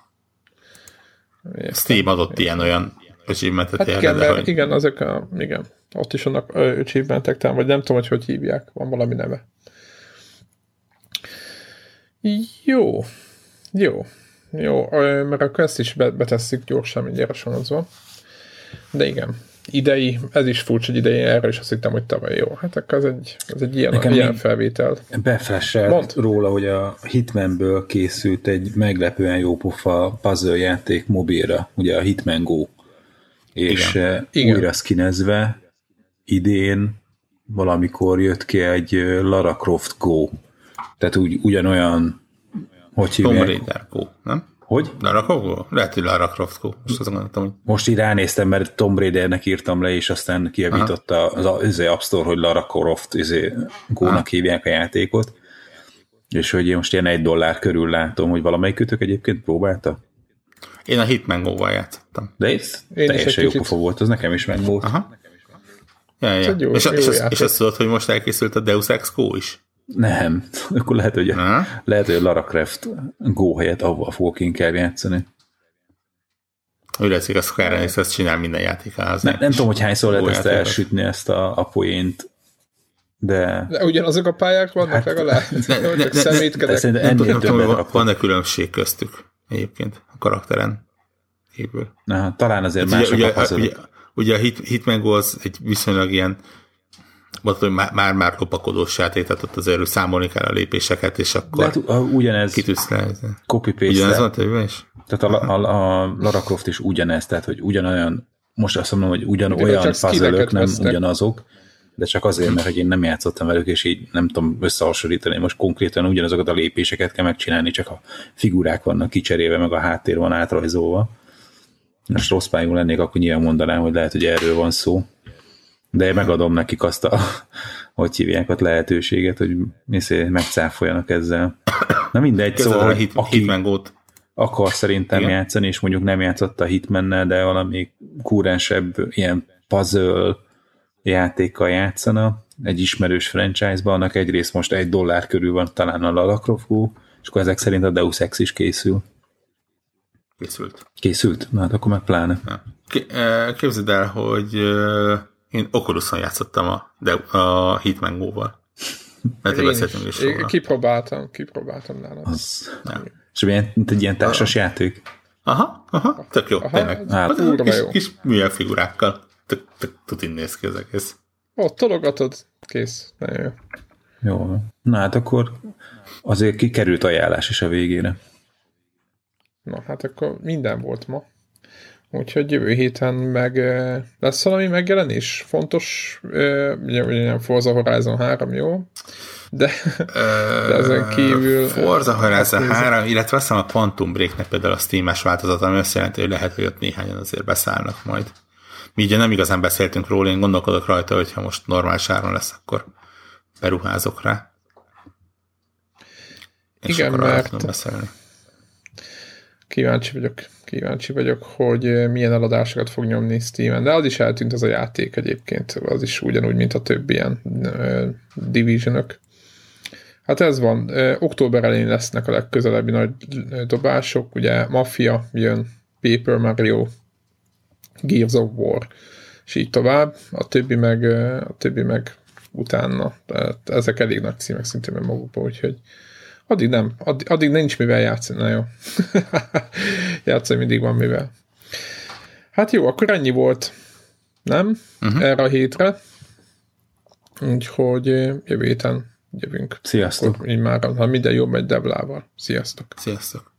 Steam adott ilyen-olyan achievementet. Hát igen, igen, igen. Ott is vannak achievementek, vagy nem tudom, hogy hívják, van valami neve. Jó, mert akkor ezt is betesszük gyorsan, mindjárt sonozva. De igen, ez is furcsa, hogy idei, erre is azt hittem, hogy tavaly jó. Hát akkor ez egy ilyen felvétel. Beflasselt róla, hogy a Hitmanből készült egy meglepően jó pofa puzzle játék mobilra, ugye a Hitman Go. És újra skinezve idén valamikor jött ki egy Lara Croft Go. Tehát ugyanolyan, hogy hívják? Tomb Raider Go, nem? Hogy? Lara Croft Go? Lehet, hogy Lara Croft Go. Most azon gondoltam, hogy... Most így ránéztem, mert Tomb Raidernek írtam le, és aztán kijavította az App Store, hogy Lara Croft Go-nak hívják a játékot. És hogy én most ilyen $1 körül látom, hogy valamelyikőtök egyébként próbálta? Én a Hitman Go-val játszottam. De ez teljesen jó pofa volt, az nekem is meg volt. Aha. Ja. És azt tudod, hogy most elkészült a Deus Ex Go is? Nem. Akkor lehet, hogy a Lara Croft Go helyett avval fogok inkább játszani. Úgy látszik, a Square Enix ezt csinál minden játékához. Nem tudom, hogy hányszor lehet ezt elsütni, ezt a poént, de ugyanazok a pályák vannak legalább? Csak szemétkedek. Nem tudom, van-e különbség köztük egyébként a karakteren kívül. Na, talán azért mások a puzzle-ok. Ugye a Hitman Go az egy viszonylag ilyen már lopakodós játék, tehát ott azért számolni kell a lépéseket, és akkor ugyanez copy-paste. Ugyanez van többen is? Tehát a Lara Croft is ugyanez, tehát hogy ugyanolyan, most azt mondom, hogy ugyanolyan puzzle-ök, nem ugyanazok, de csak azért, mert hogy én nem játszottam velük, és így nem tudom összehasonlítani, most konkrétan ugyanazokat a lépéseket kell megcsinálni, csak a figurák vannak kicserélve, meg a háttér van átrajzolva. Most rossz pályú lennék, akkor nyilván mondanám, hogy lehet, hogy erről van szó. De megadom nekik azt a, hogy hívják ott lehetőséget, hogy megcáfoljanak ezzel. Na mindegy, szóval, aki akar szerintem játszani, és mondjuk nem játszott a Hitmannel, de valami kúrensebb ilyen puzzle játékkal játszana, egy ismerős franchise-ban, annak egyrészt most $1 körül van talán a Lara Croft Go, és akkor ezek szerint a Deus Ex is készül. Készült? Na hát akkor meg pláne. Képzeld el, hogy én Oculuson játszottam a Hitman Go-val. Mert beszéltünk is róla. Kipróbáltam nálam. És egy ilyen társas játék? Aha, tök jó, tényleg. Kis művel figurákkal. Tök tutin néz ki az egész. Tologatod, kész. Nagyon jó. Na hát akkor azért kikerült ajánlás is a végére. Na hát akkor minden volt ma. Úgyhogy jövő héten meg lesz valami megjelenés? Fontos, ugye nem Forza Horizon 3, jó? De ezen kívül... Forza Horizon 3, illetve azt hiszem a Quantum Breaknek például a Steam-es változat, ami azt jelenti, hogy lehet, hogy ott néhányan azért beszállnak majd. Mi ugye nem igazán beszéltünk róla, én gondolkodok rajta, hogyha most normális áron lesz, akkor beruházok rá. És igen, mert beszélni. Kíváncsi vagyok, hogy milyen eladásokat fog nyomni Steam-en, de az is eltűnt az a játék egyébként, az is ugyanúgy, mint a többi ilyen Division-ök. Hát ez van, október elején lesznek a legközelebbi nagy dobások, ugye Mafia jön, Paper Mario, Gears of War, és így tovább, a többi meg utána, tehát ezek elég nagy címek szintén magukban, úgyhogy addig nincs mivel játszani, na jó. Játszani mindig van mivel. Hát jó, akkor ennyi volt, nem? Erre a hétre. Úgyhogy jövő héten jövünk. Sziasztok! Akkor így már, ha minden jobb megy Devlával. Sziasztok! Sziasztok!